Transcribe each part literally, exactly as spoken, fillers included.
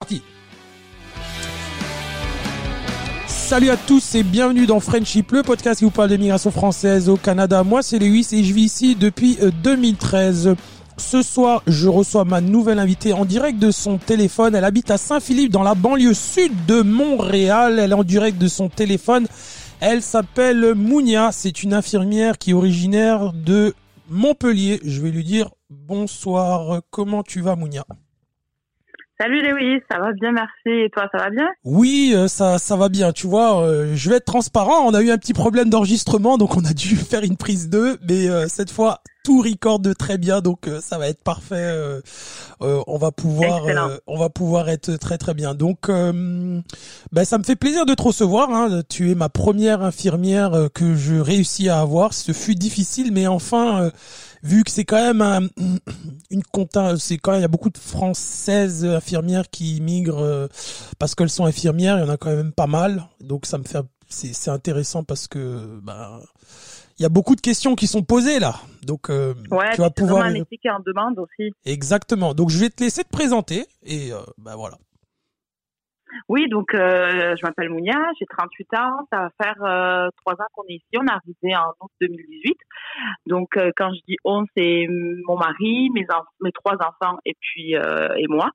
Parti. Salut à tous et bienvenue dans Friendship, le podcast qui vous parle des migrations françaises au Canada. Moi, c'est Lewis et je vis ici depuis deux mille treize. Ce soir, je reçois ma nouvelle invitée en direct de son téléphone. Elle habite à Saint-Philippe, dans la banlieue sud de Montréal. Elle est en direct de son téléphone. Elle s'appelle Mounia. C'est une infirmière qui est originaire de Montpellier. Je vais lui dire bonsoir. Comment tu vas, Mounia ? Salut Lewis, ça va bien, merci. Et toi, ça va bien ? Oui, euh, ça ça va bien. Tu vois, euh, je vais être transparent. On a eu un petit problème d'enregistrement, donc on a dû faire une prise deux. Mais euh, cette fois, tout recorde très bien, donc euh, ça va être parfait. Euh, euh, on va pouvoir, euh, on va pouvoir être très très bien. Donc, euh, ben ça me fait plaisir de te recevoir. Hein. Tu es ma première infirmière euh, que je réussis à avoir. Ce fut difficile, mais enfin. Euh, Vu que c'est quand même un, une compta, c'est quand même il y a beaucoup de Françaises infirmières qui migrent euh, parce qu'elles sont infirmières, il y en a quand même pas mal. Donc ça me fait c'est c'est intéressant parce que bah il y a beaucoup de questions qui sont posées là. Donc euh, ouais, tu vas pouvoir un métier qui est en demande aussi. Exactement. Donc je vais te laisser te présenter et euh, bah voilà. Oui, donc euh, je m'appelle Mounia, j'ai trente-huit ans, ça va faire euh, trois ans qu'on est ici, on est arrivé en août deux mille dix-huit. Donc euh, quand je dis on, c'est mon mari, mes en- mes trois enfants et puis euh, et moi.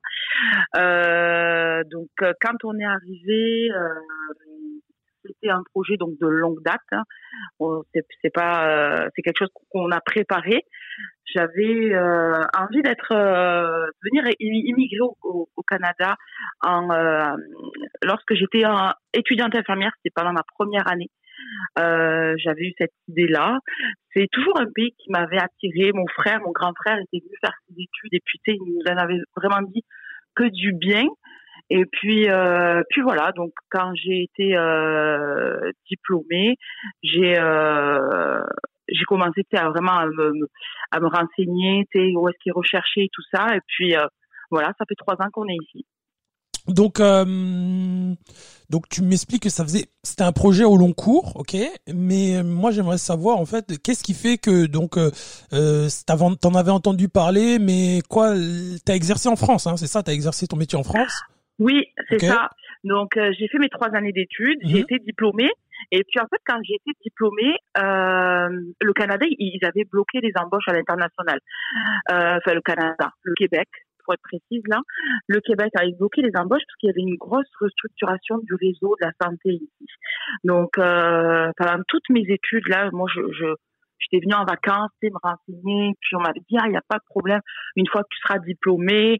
Euh, donc euh, quand on est arrivé, euh, c'était un projet donc de longue date. Hein. On, c'est, c'est pas, euh, c'est quelque chose qu'on a préparé. J'avais euh, envie d'être, euh, de venir immigrer au, au, au Canada en, euh, lorsque j'étais en, étudiante infirmière, c'était pendant ma première année. Euh, j'avais eu cette idée-là. C'est toujours un pays qui m'avait attirée. Mon frère, mon grand frère était venu faire ses études et puis tu sais, il nous en avait vraiment dit que du bien. Et puis, euh, puis voilà. Donc, quand j'ai été euh, diplômée, j'ai euh, j'ai commencé à vraiment à me, à me renseigner, où est-ce qu'il est recherché, tout ça. Et puis euh, voilà, ça fait trois ans qu'on est ici. Donc, euh, donc tu m'expliques que ça faisait, c'était un projet au long cours, ok. Mais moi, j'aimerais savoir en fait, qu'est-ce qui fait que donc, euh, t'avais, t'en avais entendu parler, mais quoi, t'as exercé en France, hein, c'est ça, t'as exercé ton métier en France ? Oui, c'est okay. ça. Donc, euh, j'ai fait mes trois années d'études, mm-hmm. j'ai été diplômée. Et puis, en fait, quand j'ai été diplômée, euh, le Canada, ils avaient bloqué les embauches à l'international. Euh, enfin, le Canada, le Québec, pour être précise, là. Le Québec avait bloqué les embauches parce qu'il y avait une grosse restructuration du réseau de la santé ici. Donc, euh, pendant toutes mes études, là, moi, je... je j'étais venue en vacances, me renseigner, puis on m'avait dit, ah, il n'y a pas de problème, une fois que tu seras diplômée,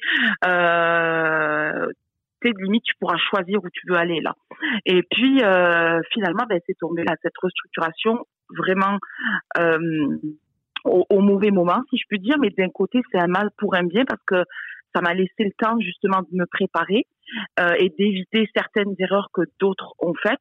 euh, de limite, tu pourras choisir où tu veux aller, là. Et puis, euh, finalement, ben, c'est tombé là, cette restructuration, vraiment, euh, au, au mauvais moment, si je puis dire, mais d'un côté, c'est un mal pour un bien parce que ça m'a laissé le temps, justement, de me préparer, euh, et d'éviter certaines erreurs que d'autres ont faites.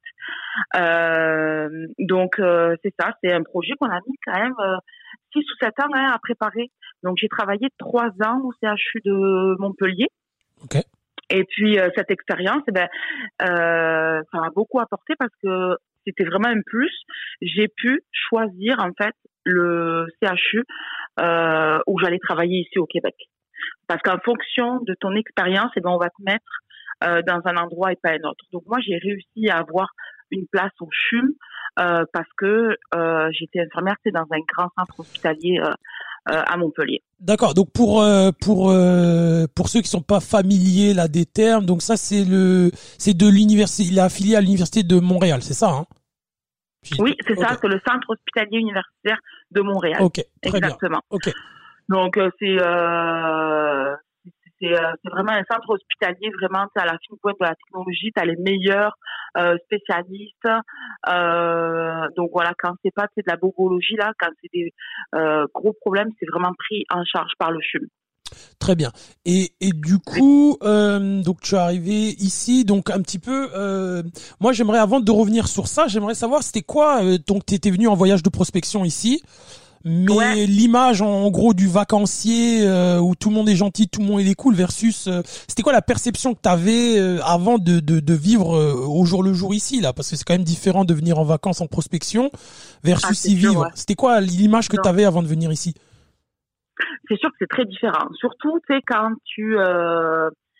Euh, donc, euh, c'est ça, c'est un projet qu'on a mis quand même, euh, six ou sept ans, hein, à préparer. Donc, j'ai travaillé trois ans au C H U de Montpellier. OK. Et puis euh, cette expérience, eh ben, euh, ça m'a beaucoup apporté parce que c'était vraiment un plus. J'ai pu choisir en fait le C H U euh, où j'allais travailler ici au Québec. Parce qu'en fonction de ton expérience, eh ben, on va te mettre euh, dans un endroit et pas un autre. Donc moi, j'ai réussi à avoir une place au C H U M euh, parce que euh, j'étais infirmière, c'est dans un grand centre hospitalier euh, euh, à Montpellier. D'accord. Donc pour euh, pour euh, pour ceux qui sont pas familiers là des termes, donc ça c'est le c'est de l'université, il est affilié à l'université de Montréal, c'est ça, hein? Oui, c'est okay. ça, c'est le centre hospitalier universitaire de Montréal. Ok, très exactement. Bien. Ok. Donc euh, c'est euh, c'est euh, c'est vraiment un centre hospitalier, vraiment t'es à la fine pointe de la technologie, t'as les meilleurs euh, spécialistes. Euh, donc voilà, quand c'est pas c'est de la bobologie là, quand c'est des euh, gros problèmes, c'est vraiment pris en charge par le C H U M. Très bien. Et et du coup, euh, donc tu es arrivé ici, donc un petit peu. Euh, moi, j'aimerais avant de revenir sur ça, j'aimerais savoir c'était quoi. Euh, donc tu étais venu en voyage de prospection ici. Mais ouais. L'image en gros du vacancier euh, où tout le monde est gentil, tout le monde est cool versus euh, c'était quoi la perception que tu avais euh, avant de, de, de vivre euh, au jour le jour ici là, parce que c'est quand même différent de venir en vacances en prospection versus ah, y vivre. Sûr, ouais. C'était quoi l'image que tu avais avant de venir ici? C'est sûr que c'est très différent. Surtout, tu sais, quand tu euh,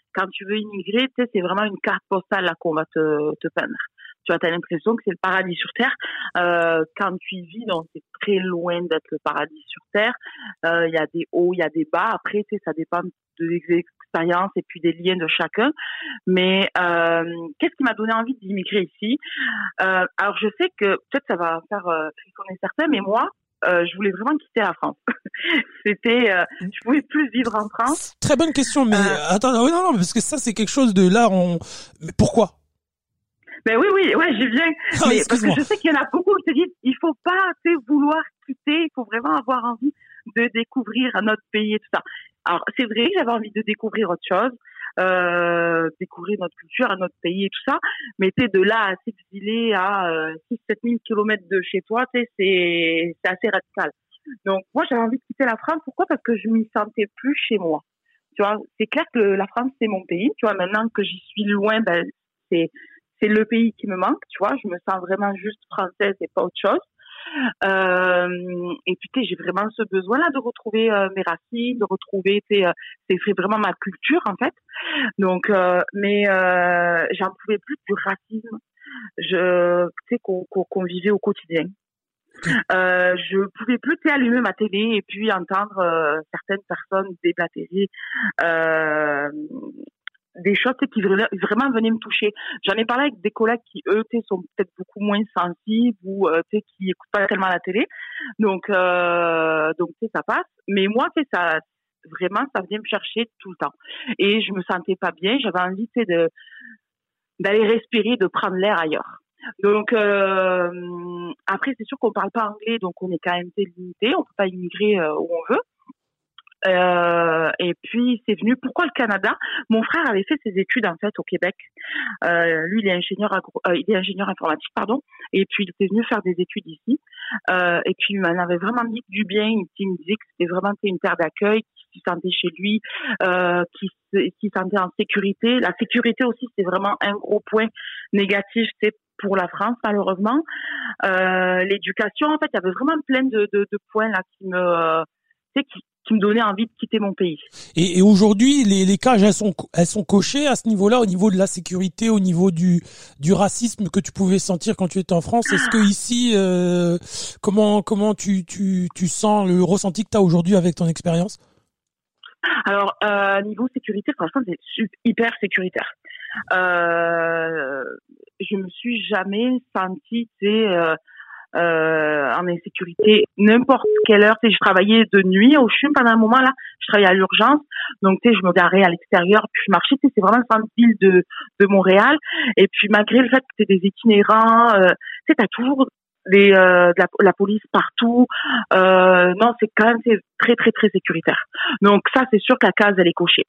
quand tu veux immigrer, tu sais, c'est vraiment une carte postale là qu'on va te, te peindre. Tu vois, t'as l'impression que c'est le paradis sur terre. Euh, quand tu y vis, donc c'est très loin d'être le paradis sur terre. Euh, il y a des hauts, il y a des bas. Après, tu sais, ça dépend de l'expérience et puis des liens de chacun. Mais euh, qu'est-ce qui m'a donné envie d'immigrer ici? euh, Alors, je sais que peut-être ça va faire euh, frissonner certains, mais moi, euh, je voulais vraiment quitter la France. C'était, euh, je pouvais plus vivre en France. Très bonne question, mais euh, attends, non, non, parce que ça, c'est quelque chose de là, on. Mais pourquoi? Ben oui, oui, ouais, j'y viens. Ah, mais parce que je sais qu'il y en a beaucoup qui se disent, il faut pas, tu sais, vouloir quitter, il faut vraiment avoir envie de découvrir notre pays et tout ça. Alors, c'est vrai que j'avais envie de découvrir autre chose, euh, découvrir notre culture, notre pays et tout ça, mais tu sais, de là à s'exiler à euh, six sept mille kilomètres de chez toi, tu sais, c'est, c'est assez radical. Donc, moi, j'avais envie de quitter la France. Pourquoi? Parce que je m'y sentais plus chez moi. Tu vois, c'est clair que la France, c'est mon pays. Tu vois, maintenant que j'y suis loin, ben, c'est, c'est le pays qui me manque, tu vois. Je me sens vraiment juste française et pas autre chose. Euh, et puis, tu sais, j'ai vraiment ce besoin-là de retrouver euh, mes racines, de retrouver, tu sais, euh, c'est vraiment ma culture, en fait. Donc, euh, mais euh, j'en pouvais plus du racisme, je, tu sais, qu'on, qu'on, qu'on vivait au quotidien. Euh, je pouvais plus, tu sais, allumer ma télé et puis entendre euh, certaines personnes déblatérer euh, des choses qui vraiment venaient me toucher. J'en ai parlé avec des collègues qui, eux, tu sais, sont peut-être beaucoup moins sensibles ou euh, tu sais, qui écoutent pas tellement la télé. Donc, euh, donc tu sais, ça passe. Mais moi, tu sais, ça, vraiment, ça vient me chercher tout le temps. Et je me sentais pas bien. J'avais envie, tu sais, de d'aller respirer, de prendre l'air ailleurs. Donc euh, après, c'est sûr qu'on parle pas anglais, donc on est quand même limité. On peut pas immigrer euh, où on veut. Euh, et puis c'est venu. Pourquoi le Canada? Mon frère avait fait ses études en fait au Québec. Euh, lui, il est ingénieur agro, euh, il est ingénieur informatique, pardon. Et puis il était venu faire des études ici. Euh, et puis il m'en avait vraiment dit du bien. Il me disait que c'était vraiment une terre d'accueil, qu'il se sentait chez lui, euh, qu'il se sentait en sécurité. La sécurité aussi, c'est vraiment un gros point négatif, c'est pour la France malheureusement. Euh, l'éducation, en fait, il y avait vraiment plein de, de, de points là qui me, euh, tu sais, qui qui me donnait envie de quitter mon pays. Et, et aujourd'hui, les, les cases, elles sont, elles sont cochées à ce niveau-là, au niveau de la sécurité, au niveau du, du racisme que tu pouvais sentir quand tu étais en France. Est-ce que ici, euh, comment, comment tu, tu, tu sens le ressenti que tu as aujourd'hui avec ton expérience? Alors, euh, niveau sécurité, franchement, c'est hyper sécuritaire. Euh, je me suis jamais sentie, tu sais, euh, Euh, en insécurité n'importe quelle heure. Tu sais, je travaillais de nuit au C H U M pendant un moment là, je travaillais à l'urgence, donc tu sais, je me garais à l'extérieur puis je marchais. Tu sais, c'est vraiment le centre-ville de de Montréal. Et puis malgré le fait que c'est des itinérants, euh, tu sais, t'as toujours des euh, de la, la police partout. Euh, non, c'est quand même c'est très très très sécuritaire. Donc ça, c'est sûr que la case elle est cochée.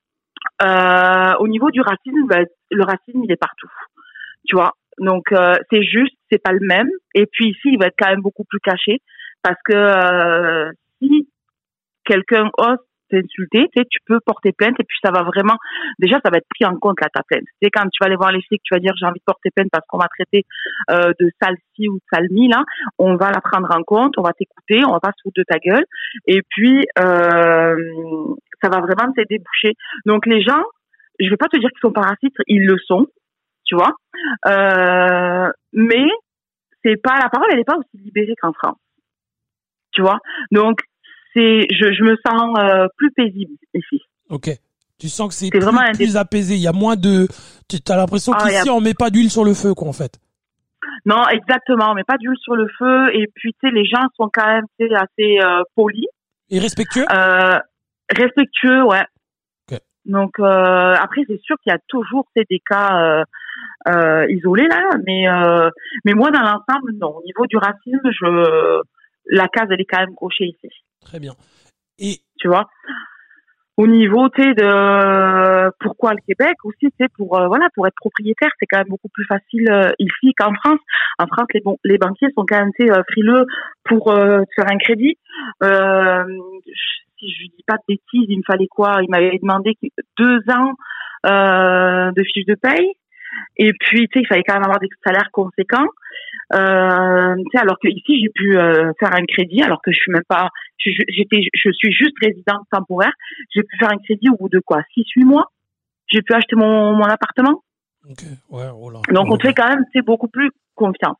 Euh, au niveau du racisme, ben, le racisme il est partout. Tu vois. Donc euh, c'est juste, c'est pas le même. Et puis ici, il va être quand même beaucoup plus caché parce que euh, si quelqu'un ose t'insulter, tu sais, tu peux porter plainte et puis ça va vraiment, déjà ça va être pris en compte là ta plainte. Tu sais, quand tu vas aller voir les flics, tu vas dire j'ai envie de porter plainte parce qu'on m'a traité euh, de sale ci ou de sale mi là, on va la prendre en compte, on va t'écouter, on va pas se foutre de ta gueule et puis euh, ça va vraiment te déboucher. Donc les gens, je vais pas te dire qu'ils sont pas racistes, ils le sont. Tu vois, euh, mais c'est pas la parole, elle est pas aussi libérée qu'en France. Tu vois, donc c'est, je, je me sens euh, plus paisible ici. Ok. Tu sens que c'est, c'est plus, vraiment plus apaisé. Il y a moins de, tu as l'impression ah, qu'ici a... on met pas d'huile sur le feu, quoi, en fait. Non, exactement, on met pas d'huile sur le feu et puis tu sais, les gens sont quand même tu sais, assez euh, polis et respectueux. Euh, respectueux, ouais. Okay. Donc euh, après, c'est sûr qu'il y a toujours c'est des cas. Euh, Euh, isolé là, mais euh, mais moi dans l'ensemble non. Au niveau du racisme, je la case elle est quand même cochée ici. Très bien. Et tu vois, au niveau tu sais de pourquoi le Québec aussi, tu sais pour euh, voilà pour être propriétaire, c'est quand même beaucoup plus facile euh, ici qu'en France. En France, les bon les banquiers sont quand même tu sais frileux pour euh, te faire un crédit. Euh, si je dis pas de bêtises, il me fallait quoi? Il m'avait demandé deux ans euh, de fiche de paye. Et puis, tu sais, il fallait quand même avoir des salaires conséquents. Euh, tu sais, alors que ici, j'ai pu euh, faire un crédit, alors que je suis même pas, j'étais, je suis juste résidente temporaire. J'ai pu faire un crédit au bout de quoi, six, huit mois. j'ai pu acheter mon, mon appartement. Ok, ouais, oh là. Donc, Oh on te là. fait quand même, c'est beaucoup plus confiance.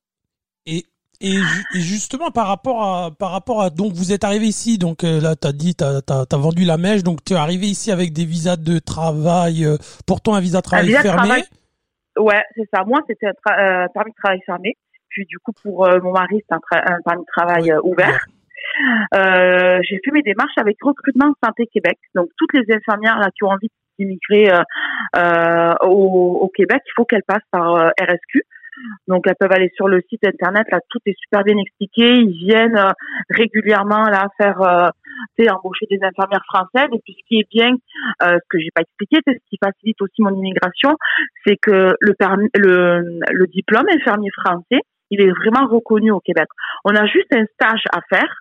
Et, et, ju- et justement, par rapport à, par rapport à, donc, vous êtes arrivé ici, donc, euh, là, t'as dit, t'as, t'as, t'as vendu la mèche, donc, tu es arrivé ici avec des visas de travail, euh, pourtant un visa de Un travail visa de fermé. travail, ouais, c'est ça. Moi, c'était un tra- euh, permis de travail fermé. Puis, du coup, pour euh, mon mari, c'est un, tra- un permis de travail Ouais, euh, ouvert. Euh, j'ai fait mes démarches avec Recrutement Santé Québec. Donc, toutes les infirmières là qui ont envie d'immigrer euh, euh, au, au Québec, il faut qu'elles passent par euh, R S Q. Donc, elles peuvent aller sur le site internet. Là, tout est super bien expliqué. Ils viennent euh, régulièrement là faire, euh, tu sais, embaucher des infirmières françaises. Et puis, ce qui est bien, euh, ce que j'ai pas expliqué, c'est ce qui facilite aussi mon immigration, c'est que le permis, le, le diplôme infirmier français, il est vraiment reconnu au Québec. On a juste un stage à faire.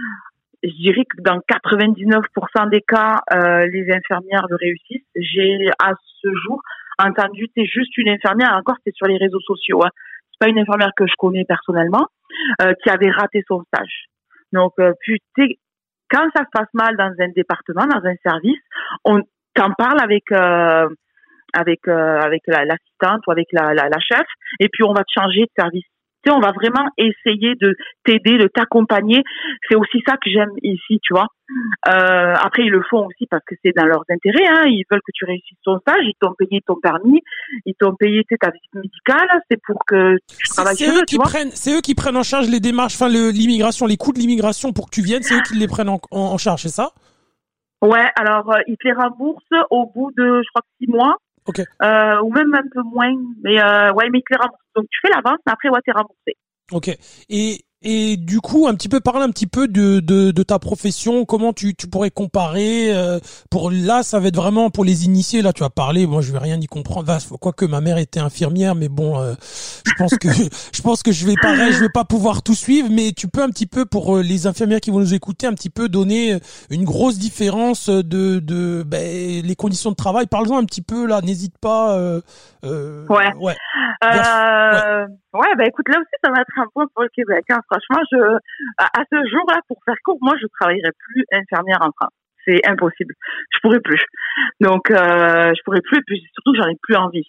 Je dirais que dans quatre-vingt-dix-neuf pour cent des cas, euh, les infirmières le réussissent. J'ai à ce jour entendu, c'est juste une infirmière, encore c'est sur les réseaux sociaux, hein. C'est pas une infirmière que je connais personnellement, euh, qui avait raté son stage. Donc, euh, puis, tu sais, quand ça se passe mal dans un département, dans un service, on t'en parle avec euh, avec euh, avec la, l'assistante ou avec la, la, la chef, et puis on va te changer de service. Tu sais, on va vraiment essayer de t'aider, de t'accompagner. C'est aussi ça que j'aime ici, tu vois. Euh, après, ils le font aussi parce que c'est dans leurs intérêts, hein. Ils veulent que tu réussisses ton stage, ils t'ont payé ton permis, ils t'ont payé, tu sais, ta visite médicale. C'est pour que tu C'est, travailles c'est chez eux eux, tu qui vois. prennent, c'est eux qui prennent en charge les démarches, enfin, le, l'immigration, les coûts de l'immigration pour que tu viennes, c'est eux qui les prennent en, en, en charge, c'est ça? Ouais, alors, euh, ils te les remboursent au bout de, je crois, six mois. Ok. Euh, ou même un peu moins, mais euh, ouais, mais ils te les remboursent. Donc tu fais l'avance, mais après ouais, t'es remboursé. Ok. Et et du coup, un petit peu parle un petit peu de de, de ta profession. Comment tu tu pourrais comparer euh, pour là, ça va être vraiment pour les initiés. Là, tu vas parler. Moi, je vais rien y comprendre. Enfin, quoique ma mère était infirmière, mais bon, euh, je pense que je pense que je vais pareil. Je vais pas pouvoir tout suivre, mais tu peux un petit peu pour euh, les infirmières qui vont nous écouter, un petit peu donner une grosse différence de de ben, les conditions de travail. Parle-en un petit peu là. N'hésite pas. Euh, euh, Ouais. ouais. Euh, Ouais. ouais, bah écoute, là aussi, ça va être un point pour le Québec, hein. Franchement, je, à, à ce jour-là, pour faire court, moi, je travaillerai plus infirmière en France. C'est impossible. Je pourrais plus. Donc, euh, je pourrais plus, et puis surtout, j'en ai plus envie.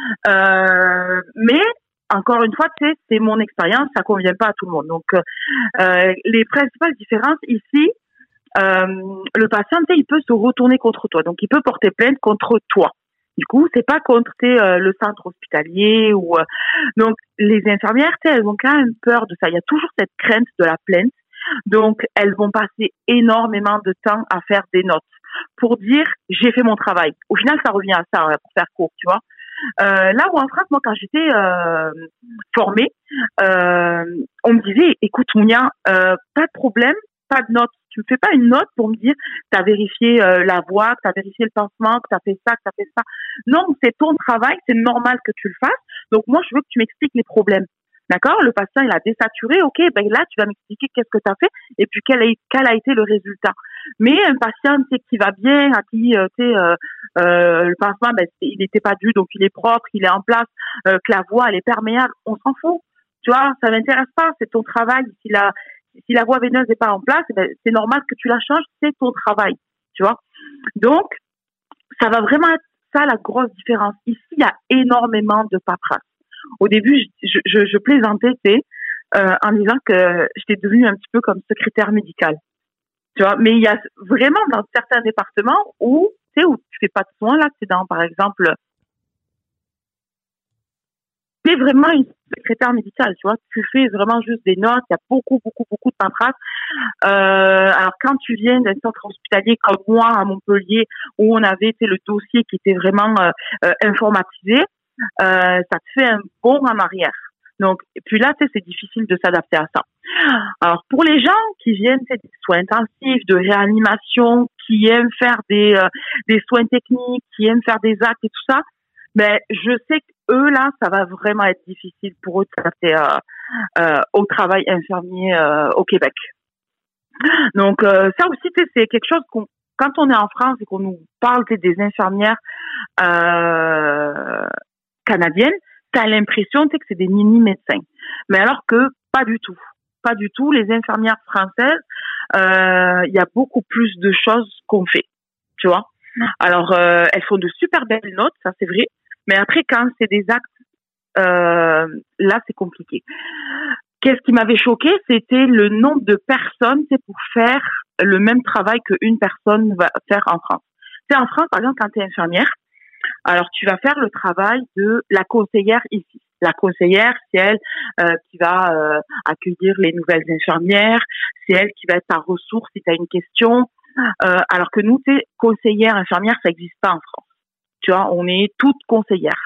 Euh, mais, encore une fois, tu sais, c'est mon expérience, ça convient pas à tout le monde. Donc, euh, les principales différences ici, euh, le patient, tu sais, il peut se retourner contre toi. Donc, il peut porter plainte contre toi. Du coup, c'est pas contre euh, le centre hospitalier ou euh, donc les infirmières, elles ont quand même peur de ça. Il y a toujours cette crainte de la plainte. Donc, elles vont passer énormément de temps à faire des notes pour dire j'ai fait mon travail. Au final, ça revient à ça, pour faire court, tu vois. Euh, là où en France, moi, quand j'étais euh, formée, euh, on me disait écoute, Mounia, euh, pas de problème, pas de notes. Tu me fais pas une note pour me dire tu as vérifié euh, la voix, que tu as vérifié le pansement, que tu as fait ça, que tu as fait ça. Non, c'est ton travail, c'est normal que tu le fasses. Donc moi, je veux que tu m'expliques les problèmes. D'accord? Le patient, il a désaturé. OK, ben là, tu vas m'expliquer qu'est-ce que tu as fait et puis quel a, quel a été le résultat. Mais un patient, tu sais, qui va bien, à qui, euh, tu sais, euh, euh, le pansement, ben, il n'était pas dû, donc il est propre, il est en place, euh, que la voix, elle est perméable, on s'en fout. Tu vois, ça m'intéresse pas, c'est ton travail. Si la, si la voie veineuse n'est pas en place, ben, c'est normal que tu la changes, c'est ton travail. Tu vois? Donc, ça va vraiment être ça la grosse différence. Ici, il y a énormément de paperasse. Au début, je, je, je plaisantais, tu sais, euh, en disant que j'étais devenue un petit peu comme secrétaire médicale. Tu vois, mais il y a vraiment dans certains départements où, tu sais, où tu fais pas de soins, là, c'est dans, par exemple, tu es vraiment une secrétaire médicale, tu vois, tu fais vraiment juste des notes, il y a beaucoup, beaucoup, beaucoup de paperasse. Euh, alors, quand tu viens d'un centre hospitalier comme moi, à Montpellier, où on avait, tu sais, le dossier qui était vraiment euh, euh, informatisé, euh, ça te fait un bond en arrière. Donc, et puis là, tu sais, c'est difficile de s'adapter à ça. Alors, pour les gens qui viennent, c'est des soins intensifs, de réanimation, qui aiment faire des euh, des soins techniques, qui aiment faire des actes et tout ça, ben, je sais qu'eux, là, ça va vraiment être difficile pour eux de s'adapter euh, euh, au travail infirmier euh, au Québec. Donc, euh, ça aussi, tu sais, c'est quelque chose qu'on, quand on est en France et qu'on nous parle, tu sais, des infirmières euh, canadiennes, t'as l'impression, tu sais, que c'est des mini-médecins. Mais alors que pas du tout. Pas du tout. Les infirmières françaises, il euh, y a beaucoup plus de choses qu'on fait. Tu vois? Alors, euh, elles font de super belles notes, ça c'est vrai. Mais après, quand c'est des actes, euh, là, c'est compliqué. Qu'est-ce qui m'avait choqué, c'était le nombre de personnes, c'est pour faire le même travail qu'une personne va faire en France. C'est en France, par exemple, quand tu es infirmière, alors tu vas faire le travail de la conseillère ici. La conseillère, c'est elle euh, qui va euh, accueillir les nouvelles infirmières, c'est elle qui va être ta ressource si tu as une question. Euh, alors que nous, tu sais, conseillère, infirmière, ça n'existe pas en France. Tu vois, on est toutes conseillères.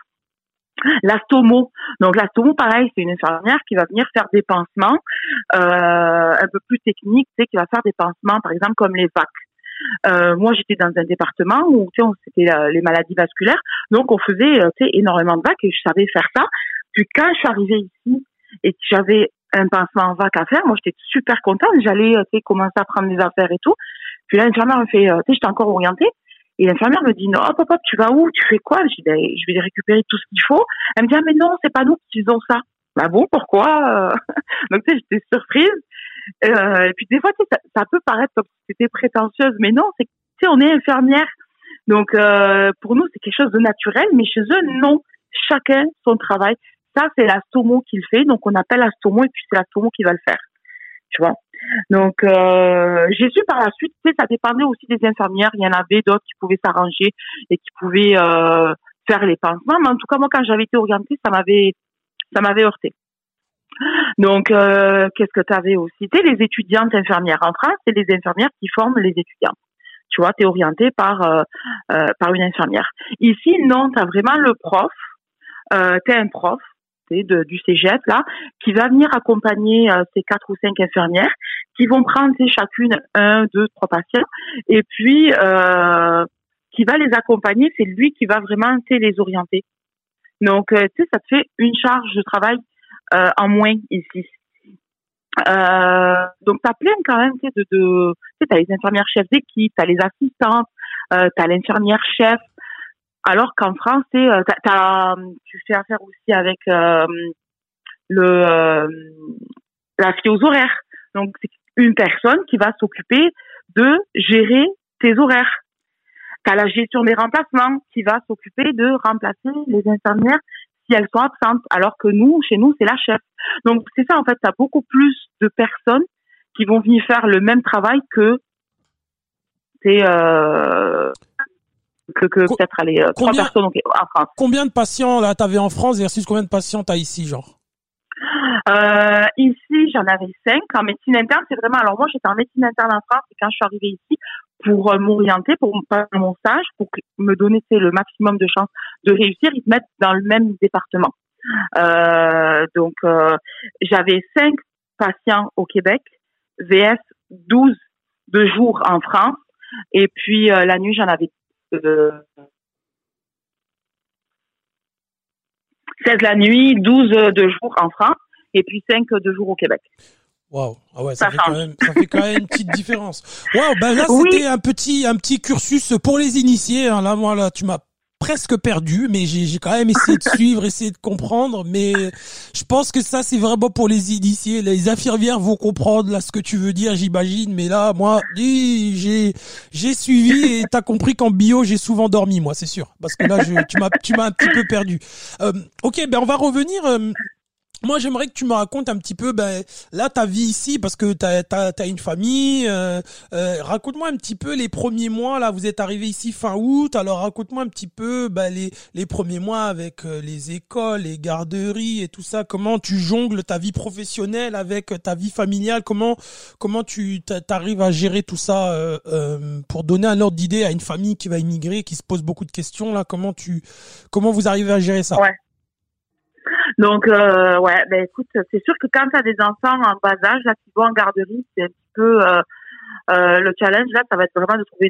La stomo, donc la stomo, pareil, c'est une infirmière qui va venir faire des pansements euh, un peu plus techniques, tu sais, qui va faire des pansements, par exemple, comme les V A C. Euh, moi, j'étais dans un département où, tu sais, c'était euh, les maladies vasculaires, donc on faisait, euh, tu sais, énormément de V A C et je savais faire ça. Puis quand je suis arrivée ici et que j'avais un pansement en V A C à faire, moi, j'étais super contente. J'allais, tu sais, commencer à prendre mes affaires et tout. Puis là, l'infirmière me fait, euh, tu sais, j'étais encore orientée. Et l'infirmière me dit, non, hop, hop, hop, tu vas où? Tu fais quoi? Je dis, ben, je vais récupérer tout ce qu'il faut. Elle me dit, ah, mais non, c'est pas nous qui faisons ça. Bah bon, pourquoi? Donc, tu sais, j'étais surprise. Euh, et puis, des fois, tu sais, ça, ça peut paraître comme si c'était prétentieuse, mais non, c'est, tu sais, on est infirmière. Donc, euh, pour nous, c'est quelque chose de naturel, mais chez eux, non. Chacun son travail. Ça, c'est la stomo qui le fait. Donc, on appelle la stomo et puis c'est la stomo qui va le faire. Tu vois? Donc, euh, j'ai su par la suite, tu sais, ça dépendait aussi des infirmières. Il y en avait d'autres qui pouvaient s'arranger et qui pouvaient euh, faire les pansements. Mais en tout cas, moi, quand j'avais été orientée, ça m'avait, ça m'avait heurté. Donc, euh, qu'est-ce que tu avais aussi? Tu sais, les étudiantes infirmières. En France, c'est les infirmières qui forment les étudiants. Tu vois, tu es orientée par, euh, euh, par une infirmière. Ici, non, tu as vraiment le prof. Euh, tu es un prof. De, du cégep là, qui va venir accompagner euh, ces quatre ou cinq infirmières qui vont prendre chacune un, deux, trois patients et puis euh, qui va les accompagner, c'est lui qui va vraiment les orienter. Donc euh, tu sais, ça te fait une charge de travail euh, en moins ici. Euh, donc t'as plein quand même, tu sais, de, de tu sais, t'as les infirmières chefs d'équipe, t'as les assistantes, euh, t'as l'infirmière chef. Alors qu'en France, t'as, t'as, tu fais affaire aussi avec euh, le euh, la fille aux horaires. Donc, c'est une personne qui va s'occuper de gérer tes horaires. T'as la gestion des remplacements qui va s'occuper de remplacer les infirmières si elles sont absentes. Alors que nous, chez nous, c'est la chef. Donc, c'est ça, en fait, t'as beaucoup plus de personnes qui vont venir faire le même travail que c'est... Euh, que, que Co- peut-être aller euh, trois personnes en France. Combien de patients là t'avais en France versus combien de patients t'as ici, genre? Euh, ici, j'en avais cinq. En médecine interne, c'est vraiment... Alors moi, j'étais en médecine interne en France et quand je suis arrivée ici, pour euh, m'orienter, pour faire mon stage, pour me donner le maximum de chances de réussir, ils te mettent dans le même département. Euh, donc, euh, j'avais cinq patients au Québec, V S douze de jour en France. Et puis, euh, la nuit, j'en avais Euh, seize la nuit, douze de jour en France et puis cinq de jour au Québec. Waouh, ah ouais, ça, ça fait quand même, ça fait quand même une petite différence. Waouh, ben là oui. C'était un petit, un petit cursus pour les initiés. Hein. Là, moi là, tu m'as presque perdu, mais j'ai, j'ai quand même essayé de suivre, essayé de comprendre. Mais je pense que ça, c'est vraiment pour les initiés. Les infirmières vont comprendre là ce que tu veux dire, j'imagine. Mais là, moi, j'ai, j'ai suivi et t'as compris qu'en bio, j'ai souvent dormi, moi, c'est sûr. Parce que là, je, tu m'as, tu m'as un petit peu perdu. Euh, ok, ben on va revenir. Euh, Moi, j'aimerais que tu me racontes un petit peu, ben là, ta vie ici, parce que t'as t'as t'as une famille. Euh, euh, raconte-moi un petit peu les premiers mois. Là, vous êtes arrivé ici fin août. Alors, raconte-moi un petit peu, ben les les premiers mois avec euh, les écoles, les garderies et tout ça. Comment tu jongles ta vie professionnelle avec ta vie familiale. Comment comment tu t'arrives à gérer tout ça euh, euh, pour donner un ordre d'idée à une famille qui va immigrer, qui se pose beaucoup de questions là. Comment tu comment vous arrivez à gérer ça? Ouais. Donc, euh, ouais, ben écoute, c'est sûr que quand tu as des enfants en bas âge, là, qui vont en garderie, c'est un petit peu euh, euh, le challenge, là, ça va être vraiment de trouver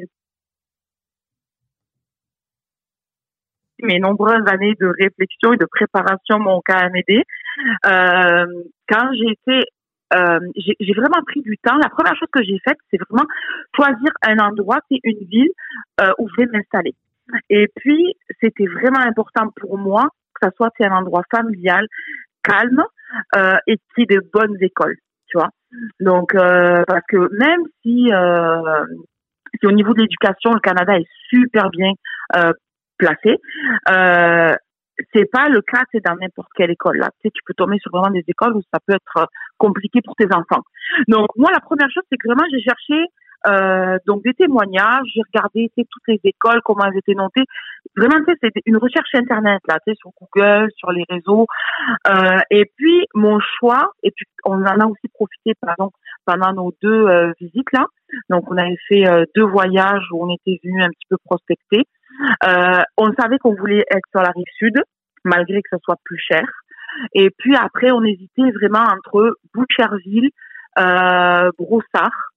une... Mes nombreuses années de réflexion et de préparation m'ont quand même aidé. Euh, quand j'ai été... Euh, j'ai, j'ai vraiment pris du temps. La première chose que j'ai faite, c'est vraiment choisir un endroit, c'est une ville euh, où je vais m'installer. Et puis, c'était vraiment important pour moi que ça soit un endroit familial, calme euh, et qui ait de bonnes écoles, tu vois. Donc, euh, parce que même si euh, c'est au niveau de l'éducation, le Canada est super bien euh, placé. Euh, c'est pas le cas, c'est dans n'importe quelle école là. Tu sais, tu peux tomber sur vraiment des écoles où ça peut être compliqué pour tes enfants. Donc moi, la première chose, c'est que vraiment j'ai cherché euh, donc des témoignages, j'ai regardé tu sais, toutes les écoles, comment elles étaient notées. Vraiment, tu sais, c'est une recherche internet là, tu sais, sur Google, sur les réseaux. Euh, et puis mon choix, et puis on en a aussi profité pardon pendant nos deux euh, visites là. Donc on avait fait euh, deux voyages où on était venus un petit peu prospecter. Euh, on savait qu'on voulait être sur la rive sud, malgré que ça soit plus cher. Et puis après, on hésitait vraiment entre Boucherville, euh, Brossard,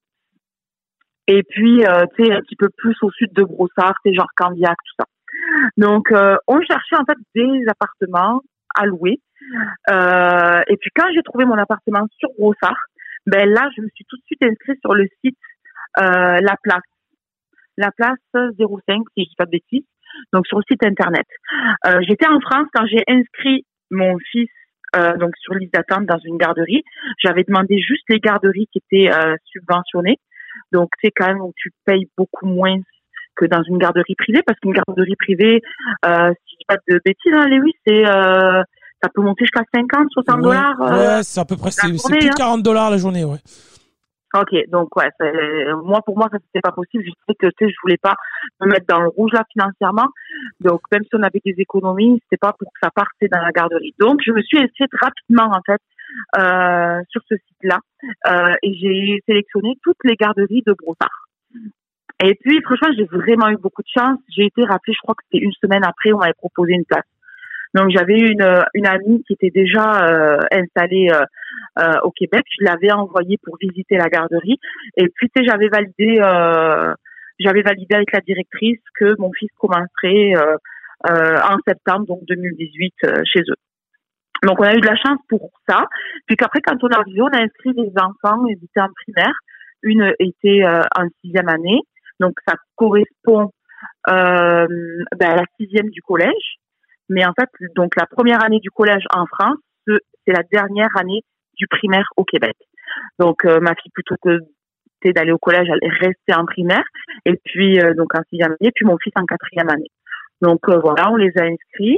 et puis euh, tu sais un petit peu plus au sud de Brossard, c'est genre Candiac, tout ça. Donc euh, on cherchait en fait des appartements à louer. Euh, et puis quand j'ai trouvé mon appartement sur Brossard, ben là je me suis tout de suite inscrite sur le site euh, La Place. La Place zéro cinq, si je dis pas de bêtises, donc sur le site internet. Euh, j'étais en France quand j'ai inscrit mon fils euh, donc sur liste d'attente dans une garderie. J'avais demandé juste les garderies qui étaient euh, subventionnées. Donc c'est quand même où tu payes beaucoup moins que dans une garderie privée, parce qu'une garderie privée, euh, si je dis pas de bêtises, hein, Lewis, c'est euh, ça peut monter jusqu'à cinquante, soixante dollars. Ouais, euh, ouais, c'est à peu près, c'est, journée, c'est plus de hein. quarante dollars la journée, ouais. Ok, donc ouais, c'est, moi pour moi ça c'était pas possible. Je sais que tu sais, je voulais pas me mettre dans le rouge là financièrement. Donc même si on avait des économies, c'était pas pour que ça parte dans la garderie. Donc je me suis inscrite rapidement en fait euh, sur ce site-là euh, et j'ai sélectionné toutes les garderies de Brossard. Et puis franchement j'ai vraiment eu beaucoup de chance. J'ai été rappelée, je crois que c'était une semaine après, on m'avait proposé une place. Donc j'avais une une amie qui était déjà euh, installée euh, euh, au Québec. Je l'avais envoyée pour visiter la garderie. Et puis tu sais, j'avais validé euh, j'avais validé avec la directrice que mon fils commencerait euh, euh, en septembre donc deux mille dix-huit euh, chez eux. Donc on a eu de la chance pour ça. Puis qu'après quand on est arrivé, on a inscrit des enfants, ils étaient en primaire, une était euh, en sixième année. Donc ça correspond euh, ben, à la sixième du collège. Mais en fait, donc la première année du collège en France, c'est la dernière année du primaire au Québec. Donc euh, ma fille, plutôt que d'aller au collège, elle est restée en primaire, et puis euh, donc en sixième année, puis mon fils en quatrième année. Donc euh, voilà, on les a inscrits.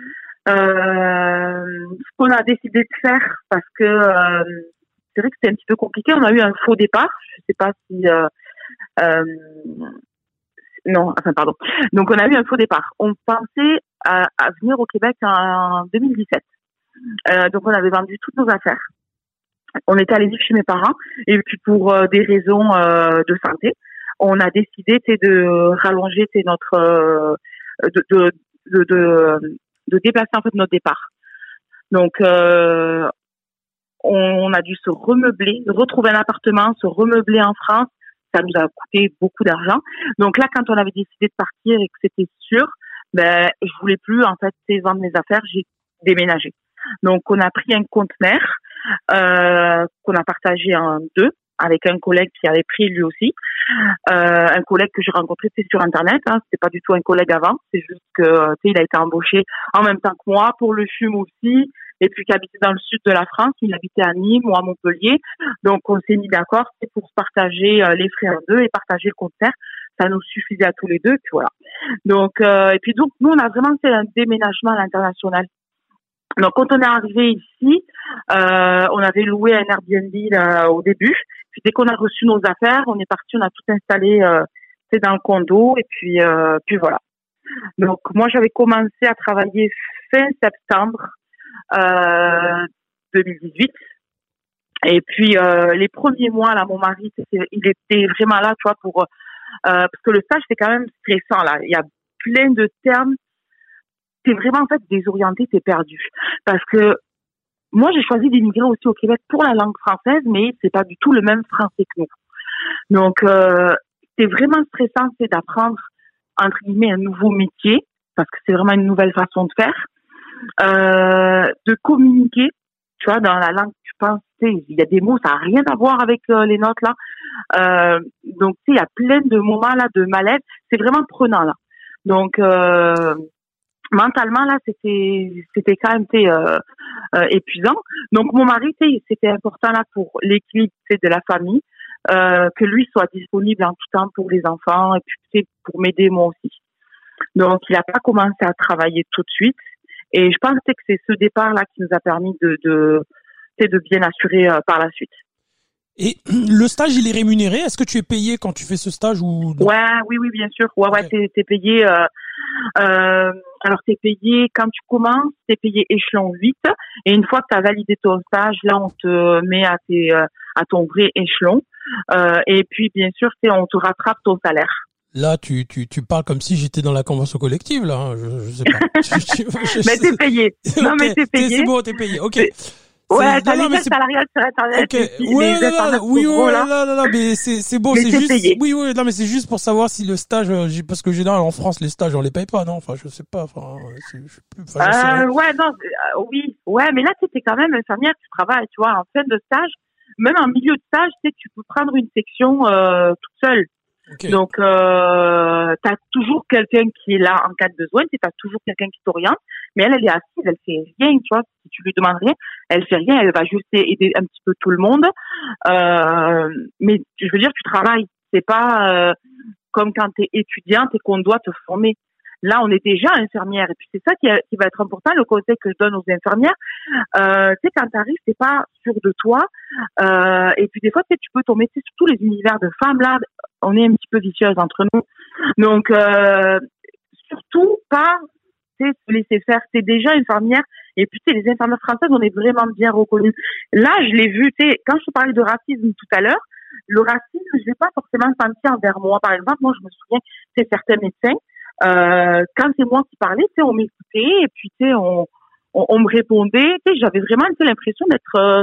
Euh, ce qu'on a décidé de faire, parce que euh, c'est vrai que c'était un petit peu compliqué, on a eu un faux départ. Je sais pas si euh, euh, non, enfin pardon. Donc on a eu un faux départ. On pensait à, à venir au Québec en deux mille dix-sept. Euh, donc on avait vendu toutes nos affaires. On était allé vivre chez mes parents, et puis pour euh, des raisons euh, de santé, on a décidé de rallonger notre euh, de, de, de, de, de déplacer en fait notre départ. Donc euh, on, on a dû se remeubler, retrouver un appartement, se remeubler en France. Ça nous a coûté beaucoup d'argent. Donc là, quand on avait décidé de partir et que c'était sûr, ben je voulais plus en fait vendre mes affaires, j'ai déménagé. Donc on a pris un conteneur euh, qu'on a partagé en deux avec un collègue qui avait pris lui aussi, euh, un collègue que j'ai rencontré c'est sur internet. Hein, c'était pas du tout un collègue avant, c'est juste que tu sais il a été embauché en même temps que moi pour le C H U M aussi. Et puis qui habitait dans le sud de la France, il habitait à Nîmes ou à Montpellier. Donc on s'est mis d'accord, c'est pour se partager euh, les frais en deux et partager le conteneur. Ça nous suffisait à tous les deux, puis voilà. Donc euh, et puis donc nous on a vraiment fait un déménagement à l'international. Donc quand on est arrivé ici, euh, on avait loué un Airbnb là, au début. Puis dès qu'on a reçu nos affaires, on est parti, on a tout installé euh, c'est dans le condo et puis euh, puis voilà. Donc moi j'avais commencé à travailler fin septembre Euh, deux mille dix-huit. Et puis euh, les premiers mois là, mon mari, il était vraiment là, tu vois, pour euh, parce que le stage c'est quand même stressant là. Il y a plein de termes. T'es vraiment en fait désorienté, t'es perdu. Parce que moi j'ai choisi d'immigrer aussi au Québec pour la langue française, mais c'est pas du tout le même français que nous. Donc euh, c'est vraiment stressant, c'est d'apprendre entre guillemets un nouveau métier parce que c'est vraiment une nouvelle façon de faire. Euh, de communiquer, tu vois, dans la langue que tu penses, tu sais, il y a des mots, ça n'a rien à voir avec euh, les notes là. Euh, donc, tu sais, il y a plein de moments là de malaise. C'est vraiment prenant là. Donc, euh, mentalement là, c'était, c'était quand même, tu sais, euh, euh, épuisant. Donc, mon mari, tu sais, c'était important là pour l'équilibre, tu sais, de la famille. euh, que lui soit disponible en tout temps pour les enfants et puis c'est pour m'aider moi aussi. Donc il n'a pas commencé à travailler tout de suite et je pense que c'est ce départ là qui nous a permis de de de bien assurer euh, par la suite. Et le stage, il est rémunéré? Est-ce que tu es payé quand tu fais ce stage ou non? Ouais, oui, oui, bien sûr. Ouais, okay. ouais, t'es, t'es payé. Euh, euh, alors, t'es payé quand tu commences, t'es payé échelon huit. Et une fois que t'as validé ton stage, là, on te met à tes, euh, à ton vrai échelon. Euh, et puis, bien sûr, c'est, on te rattrape ton salaire. Là, tu, tu, tu parles comme si j'étais dans la convention collective, là. Hein. Je, je sais pas. je, je, je, mais t'es payé. Non, okay. mais t'es payé. C'est bon, t'es payé. Ok. Ouais, t'as les aides salariales sur Internet. Okay. Puis ouais, les non, non, oui, gros, ouais, là. non, non, non, mais c'est, c'est bon, mais c'est c'est juste, payé. oui, oui, non, mais c'est juste pour savoir si le stage, parce que généralement en France, les stages, on les paye pas, non, enfin, je sais pas, enfin, c'est, je sais plus, enfin, euh, ouais, non, euh, oui, ouais, mais là, tu es quand même infirmière, tu travailles, tu vois, en fin de stage, même en milieu de stage, tu sais, tu peux prendre une section, euh, toute seule. Okay. Donc, euh, t'as toujours quelqu'un qui est là en cas de besoin, tu as toujours quelqu'un qui t'oriente, mais elle, elle est assise, elle fait rien, tu vois, si tu lui demandes rien, elle fait rien, elle va juste aider un petit peu tout le monde, euh, mais je veux dire, tu travailles, c'est pas euh, comme quand t'es étudiante et qu'on doit te former. Là, on est déjà infirmière, et puis c'est ça qui, a, qui va être important, le conseil que je donne aux infirmières. Euh, tu sais, quand t'arrives, t'es pas sûr de toi, euh, et puis des fois, tu sais, tu peux tomber sur tous les univers de femmes, là, on est un petit peu vicieuse entre nous. Donc, euh, surtout pas, tu sais, se laisser faire. T'es déjà infirmière, et puis tu sais, les infirmières françaises, on est vraiment bien reconnues. Là, je l'ai vu, tu sais, quand je te parlais de racisme tout à l'heure, le racisme, je l'ai pas forcément senti envers moi. Par exemple, moi, je me souviens, c'est certains médecins, Euh, quand c'est moi qui parlais, tu sais, on m'écoutait et puis tu sais, on, on, on me répondait. Tu sais, j'avais vraiment l'impression d'être, euh,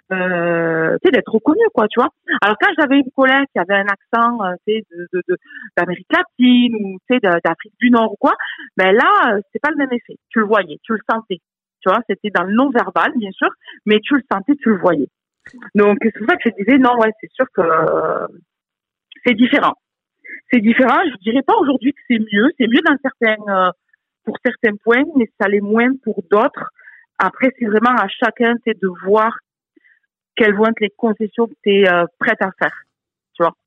euh, tu sais, d'être reconnue, quoi, tu vois. Alors quand j'avais une collègue qui avait un accent, euh, tu sais, de, de, de, d'Amérique latine ou tu sais, d'Afrique du Nord ou quoi, ben là, c'est pas le même effet. Tu le voyais, tu le sentais, tu vois. C'était dans le non-verbal, bien sûr, mais tu le sentais, tu le voyais. Donc c'est pour ça que je disais non, ouais, c'est sûr que euh, c'est différent. C'est différent. Je dirais pas aujourd'hui que c'est mieux. C'est mieux dans certains, euh, pour certains points, mais ça l'est moins pour d'autres. Après, c'est vraiment à chacun, c'est de voir quelles vont être les concessions que tu es euh, prête à faire. Tu vois.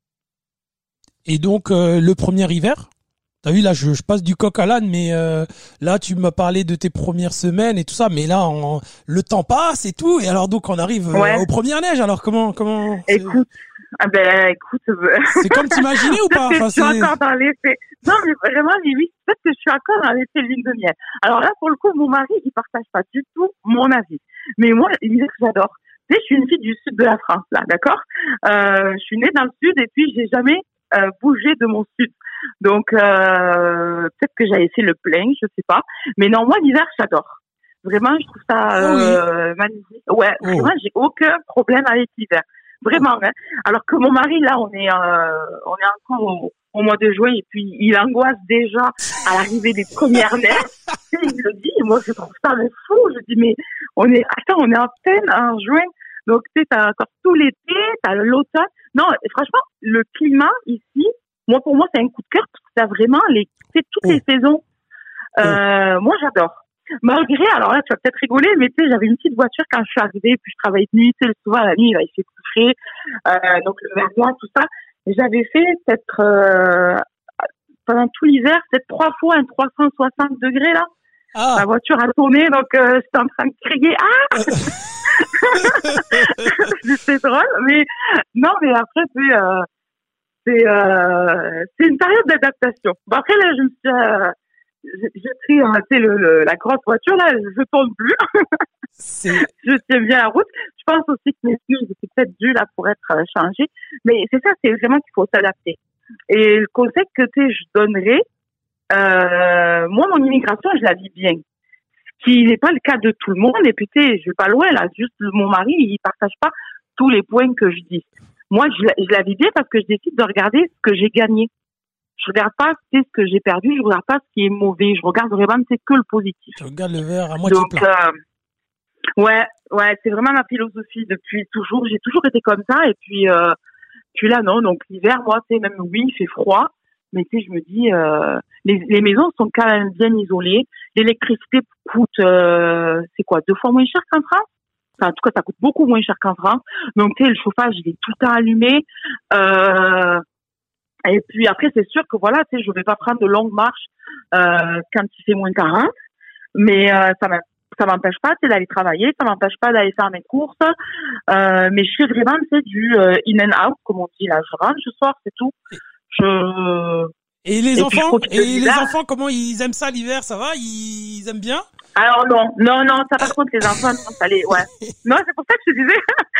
Et donc, euh, le premier hiver, t'as vu, là, je, je passe du coq à l'âne, mais euh, là, tu m'as parlé de tes premières semaines et tout ça, mais là, on, le temps passe et tout, et alors donc, on arrive euh, ouais. aux premières neiges. Alors, comment, comment Écoute. Ah ben écoute, c'est comme t'imaginais ou pas? Enfin, je suis encore dans l'effet. Non mais vraiment, oui, peut-être que je suis encore dans l'effet lune de miel. Alors là, pour le coup, mon mari, il partage pas du tout mon avis. Mais moi, l'hiver, j'adore. Tu sais, je suis une fille du sud de la France, là, d'accord. Euh, je suis née dans le sud et puis j'ai jamais euh, bougé de mon sud. Donc euh, peut-être que j'avais fait le plein, je sais pas. Mais non, moi l'hiver, j'adore. Vraiment, je trouve ça euh, oh oui. magnifique. Ouais, oh. Vraiment, j'ai aucun problème avec l'hiver. Vraiment, hein. Alors que mon mari, là, on est, euh, on est encore au, au mois de juin et puis il angoisse déjà à l'arrivée des premières neiges. Il le dit, et moi, je trouve ça mais fou. Je dis, mais on est, attends, on est en peine en juin. Donc, tu sais, t'as encore tout l'été, t'as l'automne. Non, franchement, le climat ici, moi, pour moi, c'est un coup de cœur parce que t'as vraiment les, tu sais, toutes les saisons. Euh, moi, j'adore. Malgré, alors là, tu vas peut-être rigoler, mais tu sais, j'avais une petite voiture quand je suis arrivée, puis je travaillais de nuit, tu sais, souvent la nuit, il fait coucher, euh, donc le verglas, tout ça. Et j'avais fait peut-être, euh, pendant tout l'hiver, peut-être trois fois un trois cent soixante degrés, là. Ah. La voiture a tourné, donc euh, j'étais en train de crier, ah! C'est drôle, mais non, mais après, c'est, euh, c'est, euh, c'est une période d'adaptation. Bon, après, là, je me suis, euh, j'ai pris euh, tu sais, le, le, la grosse voiture, là, je tourne plus. Je tiens bien la route. Je pense aussi que mes pneus étaient peut-être dû là pour être euh, changés. Mais c'est ça, c'est vraiment qu'il faut s'adapter. Et le conseil que tu sais, je donnerais, euh, moi, mon immigration, je la vis bien. Ce qui n'est pas le cas de tout le monde. Et puis, tu sais, je vais pas loin, là. Juste, mon mari, il partage pas tous les points que je dis. Moi, je la, je la vis bien parce que je décide de regarder ce que j'ai gagné. Je regarde pas ce que j'ai perdu, je regarde pas ce qui est mauvais, je regarde vraiment c'est que le positif. Je regarde le verre à moitié Donc, plein. Euh, ouais, ouais, c'est vraiment ma philosophie depuis toujours. J'ai toujours été comme ça et puis, euh, puis là non. Donc l'hiver, moi, tu sais, même oui, il fait froid, mais tu sais, je me dis, euh, les, les maisons sont quand même bien isolées. L'électricité coûte, euh, c'est quoi, deux fois moins cher qu'en France? enfin, en tout cas, ça coûte beaucoup moins cher qu'en France. Donc, tu sais, le chauffage, il est tout le temps allumé. Euh, et puis après, c'est sûr que voilà, tu sais, je vais pas prendre de longues marches euh, quand il fait moins quarante, mais euh, ça m'a ça m'empêche pas, tu sais, d'aller travailler, ça m'empêche pas d'aller faire mes courses. Euh, mais je fais vraiment, tu sais, du euh, in and out, comme on dit là. Je rentre, je sors, c'est tout. Je Et les et enfants, puis, je et les là, enfants, comment ils aiment ça l'hiver? Ça va? Ils aiment bien? alors non, non, non, ça par contre les enfants, non, ça les, ouais. Non, c'est pour ça que je te disais,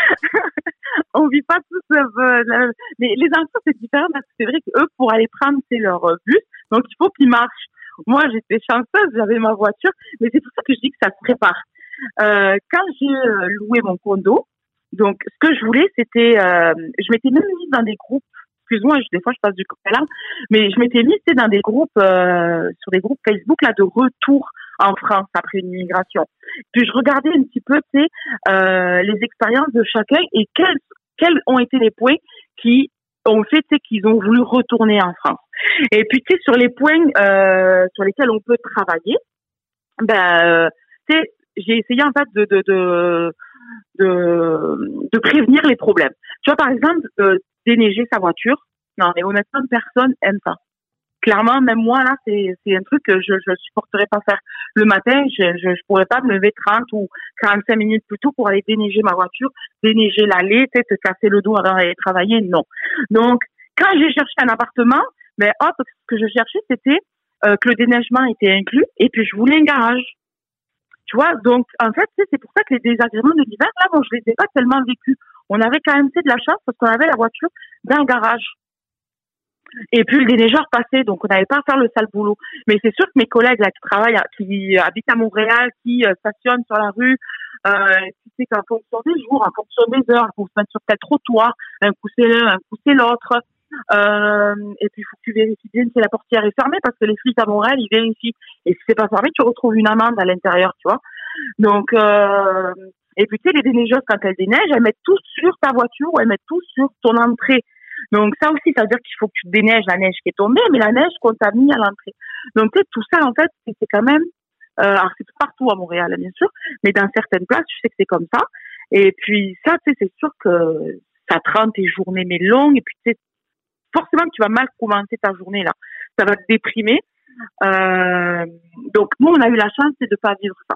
on vit pas tous, euh, la- mais les enfants c'est différent parce que c'est vrai qu'eux pour aller prendre c'est leur euh, bus, donc il faut qu'ils marchent. Moi j'étais chanceuse, j'avais ma voiture, mais c'est pour ça que je dis que ça se prépare. Euh, quand j'ai euh, loué mon condo, donc ce que je voulais c'était, euh, je m'étais même mise dans des groupes. Excuse-moi, je- des fois je passe du coq à l'âne, mais je m'étais mise tu sais, dans des groupes, euh, sur des groupes Facebook là de retour en France après une immigration. Puis je regardais un petit peu, tu sais, euh, les expériences de chacun et quels quels ont été les points qui ont fait, tu sais, qu'ils ont voulu retourner en France. Et puis tu sais, sur les points euh, sur lesquels on peut travailler, ben, euh, tu sais, j'ai essayé en fait de de de de, de prévenir les problèmes. Tu vois, par exemple, euh, déneiger sa voiture. Non, mais honnêtement, personne aime ça. Clairement, même moi, là, c'est, c'est un truc que je, je supporterais pas faire. Le matin, je, je, je pourrais pas me lever trente ou quarante-cinq minutes plus tôt pour aller déneiger ma voiture, déneiger l'allée, tu sais, te casser le dos avant d'aller travailler, non. Donc, quand j'ai cherché un appartement, ben, hop, ce que je cherchais, c'était, euh, que le déneigement était inclus et puis je voulais un garage. Tu vois, donc, en fait, tu sais, c'est pour ça que les désagréments de l'hiver, là, bon, je les ai pas tellement vécus. On avait quand même, tu sais, de la chance parce qu'on avait la voiture d'un garage. Et puis le déneigeur passait, donc on n'avait pas à faire le sale boulot. Mais c'est sûr que mes collègues là qui travaillent, qui habitent à Montréal, qui euh, stationnent sur la rue, euh, tu sais qu'en fonction des jours, en fonction des heures, pour se mettre sur tel trottoir, un coup c'est l'un, un coup c'est l'autre. Euh, et puis il faut que tu vérifies bien si la portière est fermée parce que les flics à Montréal ils vérifient. Et si c'est pas fermé, tu retrouves une amende à l'intérieur, tu vois. Donc euh, et puis tu sais les déneigeuses quand elles déneigent, elles mettent tout sur ta voiture ou elles mettent tout sur ton entrée. Donc ça aussi, ça veut dire qu'il faut que tu déneiges la neige qui est tombée, mais la neige qu'on t'a mis à l'entrée. Donc tu sais, tout ça, en fait, c'est, c'est quand même... Euh, alors c'est partout à Montréal, bien sûr, mais dans certaines places, tu sais que c'est comme ça. Et puis ça, tu sais, c'est sûr que ça te rend tes journées mais longues, et puis tu sais, forcément que tu vas mal commencer ta journée, là. Ça va te déprimer. Euh, donc nous, on a eu la chance, c'est de pas vivre ça.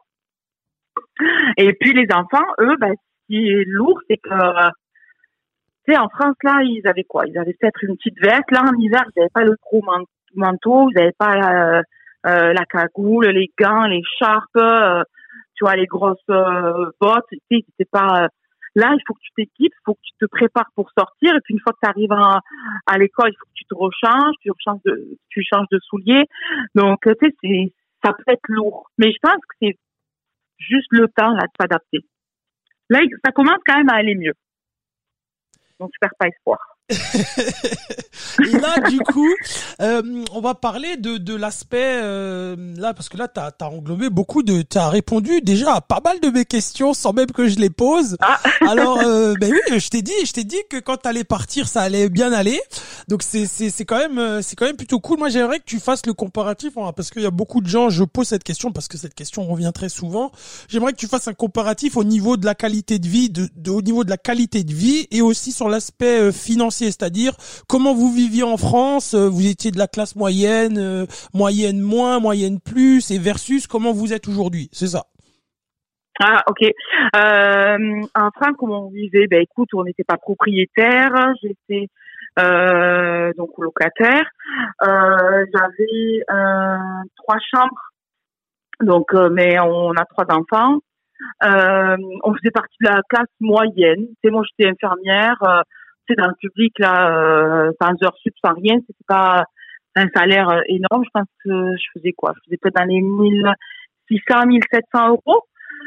Et puis les enfants, eux, ben, ce qui est lourd, c'est que... Tu sais, en France, là, ils avaient quoi? Ils avaient peut-être une petite veste. Là, en hiver, ils n'avaient pas le gros manteau, ils n'avaient pas euh, euh, la cagoule, les gants, les charpes, euh, tu vois, les grosses euh, bottes. Tu sais, c'était pas... Euh... Là, il faut que tu t'équipes, il faut que tu te prépares pour sortir. Et puis, une fois que tu arrives à, à l'école, il faut que tu te rechanges, tu rechanges de, tu changes de souliers. Donc, tu sais, c'est, ça peut être lourd. Mais je pense que c'est juste le temps, là, de s'adapter. Là, ça commence quand même à aller mieux. Donc, je perds pas espoir. Et là, du coup, euh, on va parler de de l'aspect euh, là, parce que là, t'as t'as englobé beaucoup de, t'as répondu déjà à pas mal de mes questions sans même que je les pose. Ah. Alors, euh, ben oui, je t'ai dit, je t'ai dit que quand t'allais partir, ça allait bien aller. Donc c'est c'est c'est quand même c'est quand même plutôt cool. Moi, j'aimerais que tu fasses le comparatif, hein, parce qu'il y a beaucoup de gens. Je pose cette question parce que cette question revient très souvent. J'aimerais que tu fasses un comparatif au niveau de la qualité de vie, de, de au niveau de la qualité de vie et aussi sur l'aspect euh, financier, c'est-à-dire comment vous viviez en France, vous étiez de la classe moyenne, euh, moyenne moins, moyenne plus, et versus comment vous êtes aujourd'hui, c'est ça. Ah, ok. Euh, en France, comment on vivait? Ben écoute, on n'était pas propriétaire, j'étais euh, donc locataire. Euh, j'avais euh, trois chambres, donc euh, mais on a trois enfants. Euh, on faisait partie de la classe moyenne. Tu sais, moi j'étais infirmière. Euh, tu sais, dans le public là, euh, sans heures sup, sans rien, c'était pas un salaire euh, énorme. Je pense que je faisais quoi? Je faisais peut-être dans les mille six cents, mille sept cents euros.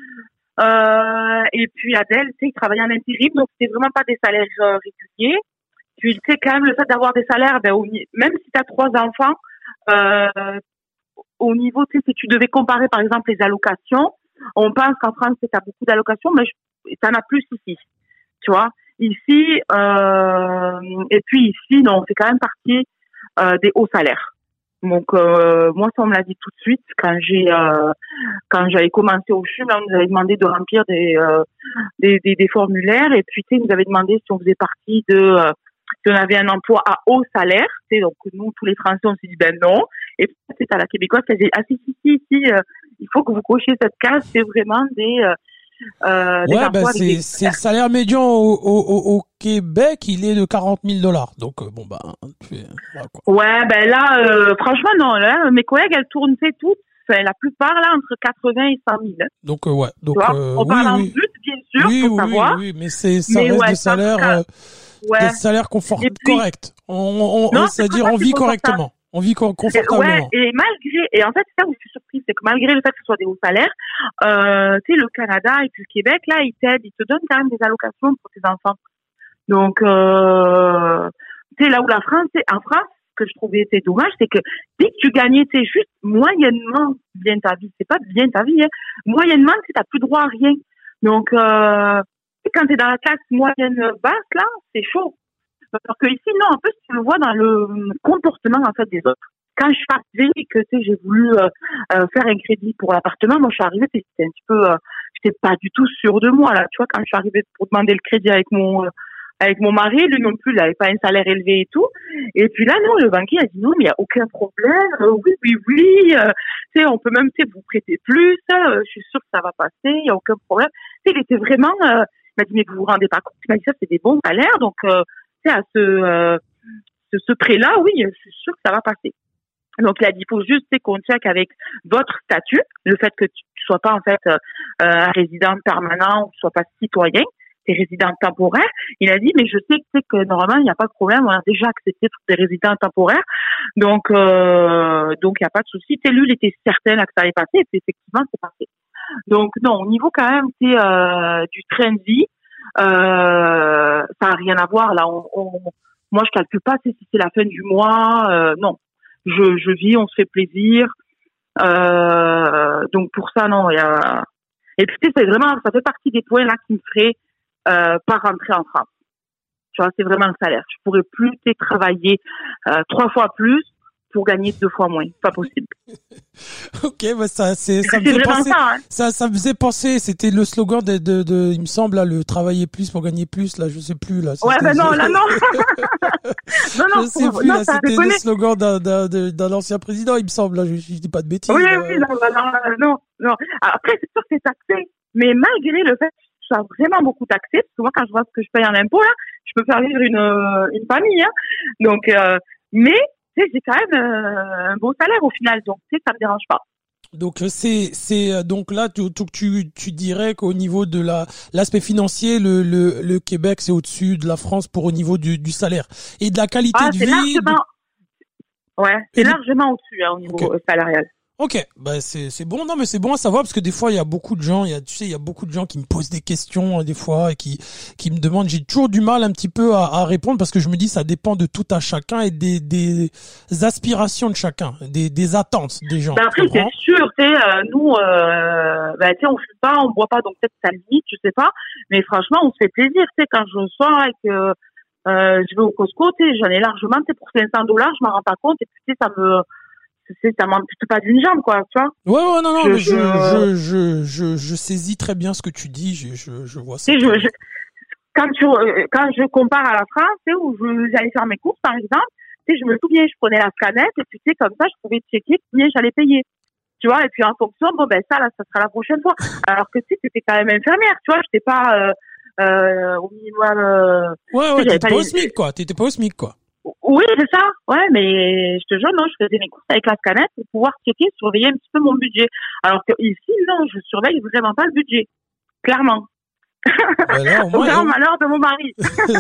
Euh, et puis Adèle, tu sais, il travaillait en intérim, donc c'était vraiment pas des salaires euh, réguliers. Puis tu sais, quand même, le fait d'avoir des salaires, ben, au, même si tu as trois enfants, euh, au niveau, tu sais, si tu devais comparer par exemple les allocations, on pense qu'en France, tu as beaucoup d'allocations, mais tu en as plus ici, tu vois. Ici, euh, et puis ici, non, on fait quand même partie euh, des hauts salaires. Donc euh, moi, ça on me l'a dit tout de suite quand j'ai euh, quand j'avais commencé au C H U M, là, on nous avait demandé de remplir des euh, des, des, des formulaires. Et puis, tu sais, ils nous avaient demandé si on faisait partie de, euh, si on avait un emploi à haut salaire. Tu sais, donc nous, tous les Français, on s'est dit ben non. Et puis, c'est à la Québécoise qui a dit ah si si si si, euh, il faut que vous cochiez cette case. C'est vraiment des euh, Euh, ouais, ben bah c'est des... c'est le salaire médian au, au, au Québec, il est de quarante mille dollars. Donc euh, bon bah tu fais, voilà, quoi. Ouais, ben là, euh, franchement non, là, mes collègues elles tournent toutes, enfin, la plupart là entre quatre-vingts et cent mille. Donc euh, ouais, donc euh, on oui, parle en oui. brut bien sûr, oui, faut oui, savoir. Oui, oui, mais c'est ça mais reste ouais, des salaires, euh, ouais. des salaires confort puis, corrects. On, on, non, on c'est-à-dire on vit correctement. On vit confortablement. Ouais, et malgré, et en fait, c'est ça où je suis surprise, c'est que malgré le fait que ce soit des hauts salaires, euh, tu sais, le Canada et puis le Québec, là, ils t'aident, ils te donnent quand même des allocations pour tes enfants. Donc, euh, tu sais, là où la France, en France, ce que je trouvais était dommage, c'est que dès que tu gagnais, tu sais, juste moyennement bien ta vie, c'est pas bien ta vie, hein, moyennement, tu t'as plus droit à rien. Donc, euh, quand t'es dans la classe moyenne basse, là, c'est chaud. Parce que ici, non, en plus, tu le vois dans le comportement, en fait, des autres. Quand je suis arrivée et que, tu sais, j'ai voulu euh, euh, faire un crédit pour l'appartement, moi, je suis arrivée, c'était un petit peu, euh, j'étais pas du tout sûre de moi, là. Tu vois, quand je suis arrivée pour demander le crédit avec mon, euh, avec mon mari, lui non plus, il avait pas un salaire élevé et tout. Et puis là, non, le banquier a dit non, mais il y a aucun problème. Euh, oui, oui, oui. Euh, tu sais, on peut même, tu sais, vous prêter plus. Euh, je suis sûre que ça va passer. Il y a aucun problème. Tu sais, il était vraiment, euh, il m'a dit, mais vous vous rendez pas compte. Il m'a dit ça, c'est des bons salaires. Donc, euh, tu sais, à ce, euh, ce, ce prêt-là, oui, je suis sûre que ça va passer. Donc, il a dit, il faut juste, tu sais, qu'on check avec votre statut, le fait que tu ne sois pas, en fait, euh, un résident permanent ou que tu sois pas citoyen, tu es résident temporaire. Il a dit, mais je sais que, tu sais, que normalement, il n'y a pas de problème, on a déjà accepté tous les résidents temporaires. Donc, euh, donc, il n'y a pas de souci. Tu sais, lui, il était certain là, que ça allait passer, et puis effectivement, c'est passé. Donc, non, au niveau quand même, tu sais, euh, du train de vie, Euh, ça n'a rien à voir là. On, on, moi, je calcule pas si c'est la fin du mois. Euh, non, je, je vis, on se fait plaisir. Euh, donc pour ça, non, il y a. Et puis c'est vraiment, ça fait partie des points là qui me feraient euh, pas rentrer en France. Tu vois, c'est vraiment le salaire. Je pourrais plus travailler euh, trois fois plus pour gagner deux fois moins. Pas possible. Ok, bah ça, c'est, ça me faisait penser, ça, hein. ça, ça me faisait penser, c'était le slogan de, de, de, il me semble, là, le travailler plus pour gagner plus, là, je sais plus, là. Ouais, ben non, là, non. non, non, je sais pour, plus, non, là, c'était le slogan d'un, d'un, d'un ancien président, il me semble, là, je, je dis pas de bêtises. Oui, euh... oui, non, non, non, non. Après, c'est sûr que c'est taxé, mais malgré le fait que je sois vraiment beaucoup taxé, parce que moi, quand je vois ce que je paye en impôts, là, je peux faire vivre une, une famille, hein. Donc, euh, mais, tu sais, j'ai quand même euh, un bon salaire au final, donc tu sais, ça me dérange pas. Donc c'est c'est donc là tu tu tu dirais qu'au niveau de la l'aspect financier, le le le Québec c'est au-dessus de la France pour au niveau du du salaire et de la qualité ah, de c'est vie. Largement... De... Ouais, c'est largement au-dessus hein, au niveau okay. salarial. Ok, bah c'est c'est bon, non mais c'est bon à savoir parce que des fois il y a beaucoup de gens, il y a tu sais il y a beaucoup de gens qui me posent des questions des fois et qui qui me demandent, j'ai toujours du mal un petit peu à, à répondre parce que je me dis ça dépend de tout à chacun et des des aspirations de chacun, des des attentes des gens. Ben après c'est sûr, tu sais euh, nous euh, ben tu sais on fume pas, on boit pas donc peut-être ça limite, je sais pas, mais franchement on se fait plaisir, tu sais quand je sors et que euh, je vais au Costco, tu sais j'en ai largement, tu sais pour cinq cents dollars, je m'en rends pas compte et puis tu sais ça me c'est ça m'ampute pas d'une jambe quoi, tu vois. Ouais ouais non non je mais je je, je je je saisis très bien ce que tu dis, je je je vois ça. Je, je, quand tu quand je compare à la France, tu sais où j'allais faire mes courses par exemple, tu sais je me souviens, je prenais la canette et puis tu sais comme ça je pouvais checker combien j'allais payer. Tu vois, et puis en fonction bon ben ça là ça sera la prochaine fois. Alors que tu sais c'était quand même infirmière, tu vois, j'étais pas euh, euh au minimum euh, Ouais ouais, t'étais pas, pas au SMIC quoi, t'étais pas au SMIC quoi. Oui, c'est ça. Ouais, mais je te jure, non, je faisais mes courses avec la canette pour pouvoir checker, surveiller un petit peu mon budget. Alors que ici, non, je surveille vraiment pas le budget. Clairement. Voilà, au moins, au grand malheur de mon mari.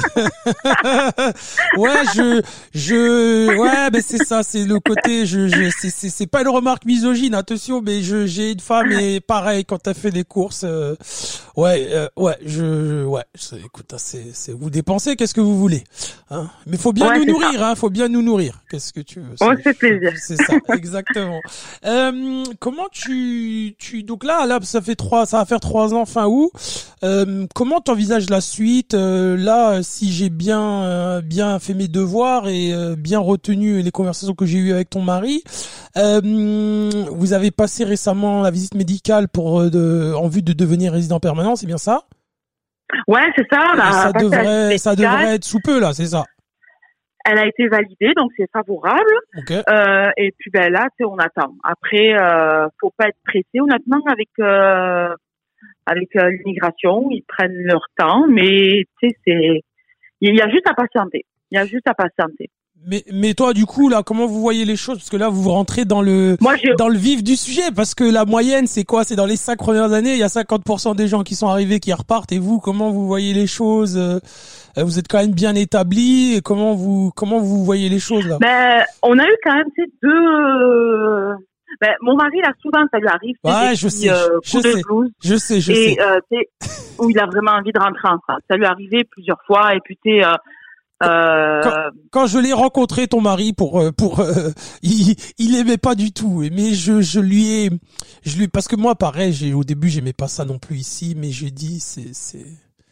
ouais, je, je, ouais, mais c'est ça, c'est le côté, je, je, c'est, c'est, c'est pas une remarque misogyne, attention, mais je, j'ai une femme et pareil, quand elle fait des courses, euh, ouais, euh, ouais, je, ouais, c'est, écoute, c'est, c'est, vous dépensez, qu'est-ce que vous voulez, hein, mais faut bien ouais, nous nourrir, ça. hein, faut bien nous nourrir, qu'est-ce que tu veux. On se fait plaisir. C'est ça, exactement. euh, comment tu, tu, donc là, là, ça fait trois, ça va faire trois ans fin août, euh, comment t'envisages la suite euh, là si j'ai bien euh, bien fait mes devoirs et euh, bien retenu les conversations que j'ai eues avec ton mari, euh, vous avez passé récemment la visite médicale pour euh, de, en vue de devenir résident permanent, c'est bien ça? Ouais, c'est ça. Bah, ça devrait, ça devrait être sous peu, là, c'est ça. Elle a été validée, donc c'est favorable. Okay. Euh, et puis ben là, tu sais, on attend. Après, euh, faut pas être pressé, honnêtement, avec euh, avec euh, l'immigration. Ils prennent leur temps, mais tu sais, c'est il y a juste à patienter. Il y a juste à patienter. Mais mais toi, du coup, là, comment vous voyez les choses? Parce que là, vous rentrez dans le Moi, j'ai... dans le vif du sujet, parce que la moyenne, c'est quoi? C'est dans les cinq premières années, il y a cinquante pour cent des gens qui sont arrivés qui repartent. Et vous, comment vous voyez les choses? Vous êtes quand même bien établi. Et comment vous comment vous voyez les choses là? Ben, on a eu quand même ces deux. Ben, mon mari, là, souvent, ça lui arrive. Ouais, je sais, euh, je, sais je sais, je et, sais, euh, où il a vraiment envie de rentrer en France. Ça lui est arrivé plusieurs fois. Et puis, tu sais. Euh, Euh... Quand, quand je l'ai rencontré, ton mari, pour pour euh, il il aimait pas du tout, mais je je lui ai je lui parce que moi pareil, j'ai au début j'aimais pas ça non plus ici, mais j'ai dit c'est c'est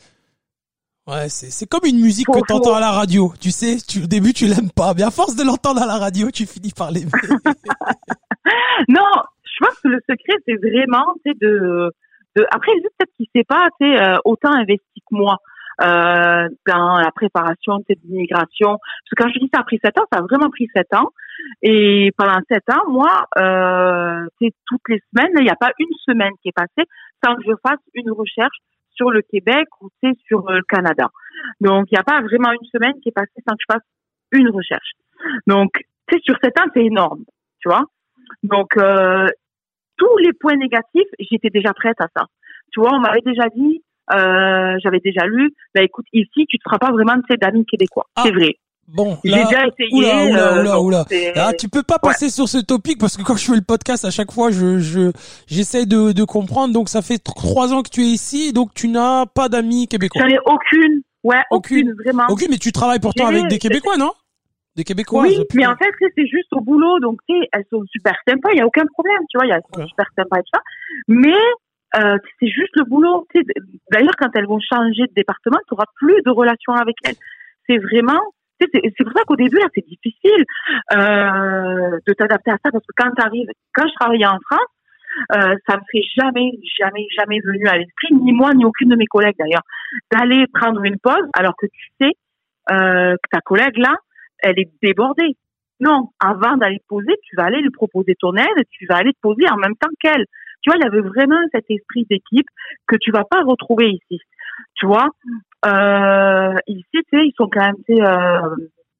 ouais c'est c'est comme une musique faut, que t'entends faut... à la radio, tu sais, tu au début tu l'aimes pas, mais à force de l'entendre à la radio, tu finis par l'aimer. Non, je pense que le secret c'est vraiment tu sais de de après lui peut-être qu'il sait pas, tu sais, euh, autant investi que moi. Euh, dans la préparation de cette immigration. Parce que quand je dis ça a pris sept ans, ça a vraiment pris sept ans. Et pendant sept ans, moi, euh, c'est toutes les semaines, il n'y a pas une semaine qui est passée sans que je fasse une recherche sur le Québec ou c'est sur le Canada. Donc, il n'y a pas vraiment une semaine qui est passée sans que je fasse une recherche. Donc, tu sais, sur sept ans, c'est énorme, tu vois. Donc, euh, tous les points négatifs, j'étais déjà prête à ça. Tu vois, on m'avait déjà dit, Euh, j'avais déjà lu. Bah écoute, ici, tu te feras pas vraiment de ces d'amis québécois. Ah, c'est vrai. Bon, j'ai déjà essayé. Oula, oula, oula, euh, oula. Ah, tu peux pas passer ouais. sur ce topic parce que quand je fais le podcast, à chaque fois, je, je, j'essaie de, de comprendre. Donc, ça fait trois ans que tu es ici, donc tu n'as pas d'amis québécois. J'en ai aucune. Ouais, aucune, aucune vraiment. Aucune, mais tu travailles pourtant j'ai... avec des Québécois, non? Des Québécois. Oui, mais en fait, c'est juste au boulot. Donc, tu sais, elles sont super sympas. Il y a aucun problème, tu vois. Elles sont okay. super sympas et tout ça. Mais Euh, c'est juste le boulot. Tu sais, d'ailleurs, quand elles vont changer de département, tu n'auras plus de relation avec elles. C'est vraiment, tu sais, c'est, c'est pour ça qu'au début, là, c'est difficile euh, de t'adapter à ça, parce que quand tu arrives, quand je travaillais en France, euh, ça me serait jamais, jamais, jamais venu à l'esprit, ni moi, ni aucune de mes collègues d'ailleurs, d'aller prendre une pause, alors que tu sais euh, que ta collègue là, elle est débordée. Non, avant d'aller te poser, tu vas aller lui proposer ton aide, tu vas aller te poser en même temps qu'elle. Tu vois, il y avait vraiment cet esprit d'équipe que tu vas pas retrouver ici. Tu vois, euh, ici, tu sais, ils sont quand même, tu sais, euh,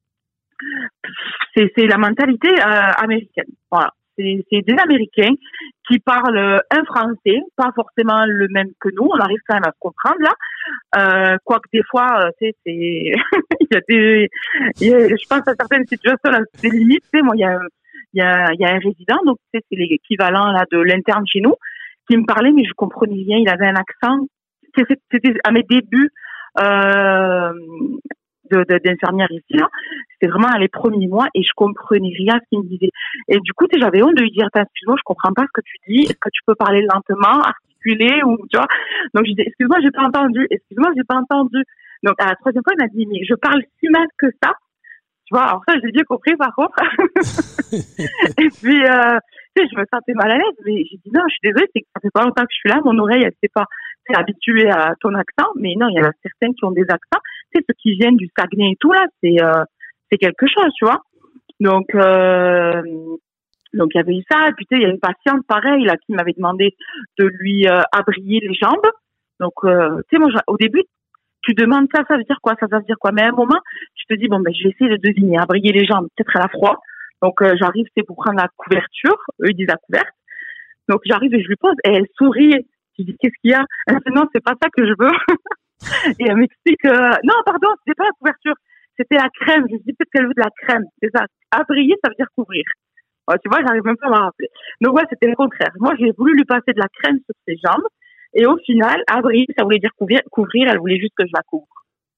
c'est, c'est la mentalité euh, américaine. Voilà, c'est, c'est des Américains qui parlent un français, pas forcément le même que nous. On arrive quand même à se comprendre là. Euh, quoique des fois, tu sais, c'est, il y a des, il y a, je pense à certaines situations là, c'est limite. Tu sais, moi, il y a Il y a, il y a un résident, donc tu sais, c'est l'équivalent là de l'interne chez nous, qui me parlait, mais je comprenais rien. Il avait un accent. C'était, c'était à mes débuts euh, de, de, d'infirmière ici, là. C'était vraiment à les premiers mois et je comprenais rien à ce qu'il me disait. Et du coup, tu sais, j'avais honte de lui dire, excuse-moi, je comprends pas ce que tu dis. Est-ce que tu peux parler lentement, articuler ou tu vois? Donc je disais, excuse-moi, j'ai pas entendu. Excuse-moi, j'ai pas entendu. Donc à la troisième fois, il m'a dit, mais je parle si mal que ça. Tu vois, alors ça, j'ai bien compris, par contre. Et puis, euh, tu sais, je me sentais mal à l'aise, mais j'ai dit non, je suis désolée, c'est que ça fait pas longtemps que je suis là, mon oreille, elle s'est pas, c'est habituée à ton accent, mais non, il y en a certaines qui ont des accents. Tu sais, ceux qui viennent du Saguenay et tout, là, c'est, euh, c'est quelque chose, tu vois. Donc, euh, donc, il y avait eu ça, et puis, tu sais, il y a une patiente, pareil, là, qui m'avait demandé de lui, euh, abrier les jambes. Donc, euh, tu sais, moi, au début, tu demandes ça, ça veut dire quoi, ça, ça veut dire quoi. Mais à un moment, tu te dis, bon, ben, je vais essayer de deviner, abrier les jambes, peut-être elle a froid. Donc, euh, j'arrive, c'est pour prendre la couverture. Eux, ils disent la couverte. Donc, j'arrive et je lui pose, et elle sourit. Je dis, qu'est-ce qu'il y a? Elle me dit, non, c'est pas ça que je veux. Et elle m'explique, euh, non, pardon, c'était pas la couverture. C'était la crème. Je lui dis, peut-être qu'elle veut de la crème. C'est ça. Abrier, ça veut dire couvrir. Ouais, tu vois, j'arrive même pas à m'en rappeler. Donc, ouais, c'était le contraire. Moi, j'ai voulu lui passer de la crème sur ses jambes. Et au final, abrier, ça voulait dire couvrir, couvrir, elle voulait juste que je la couvre.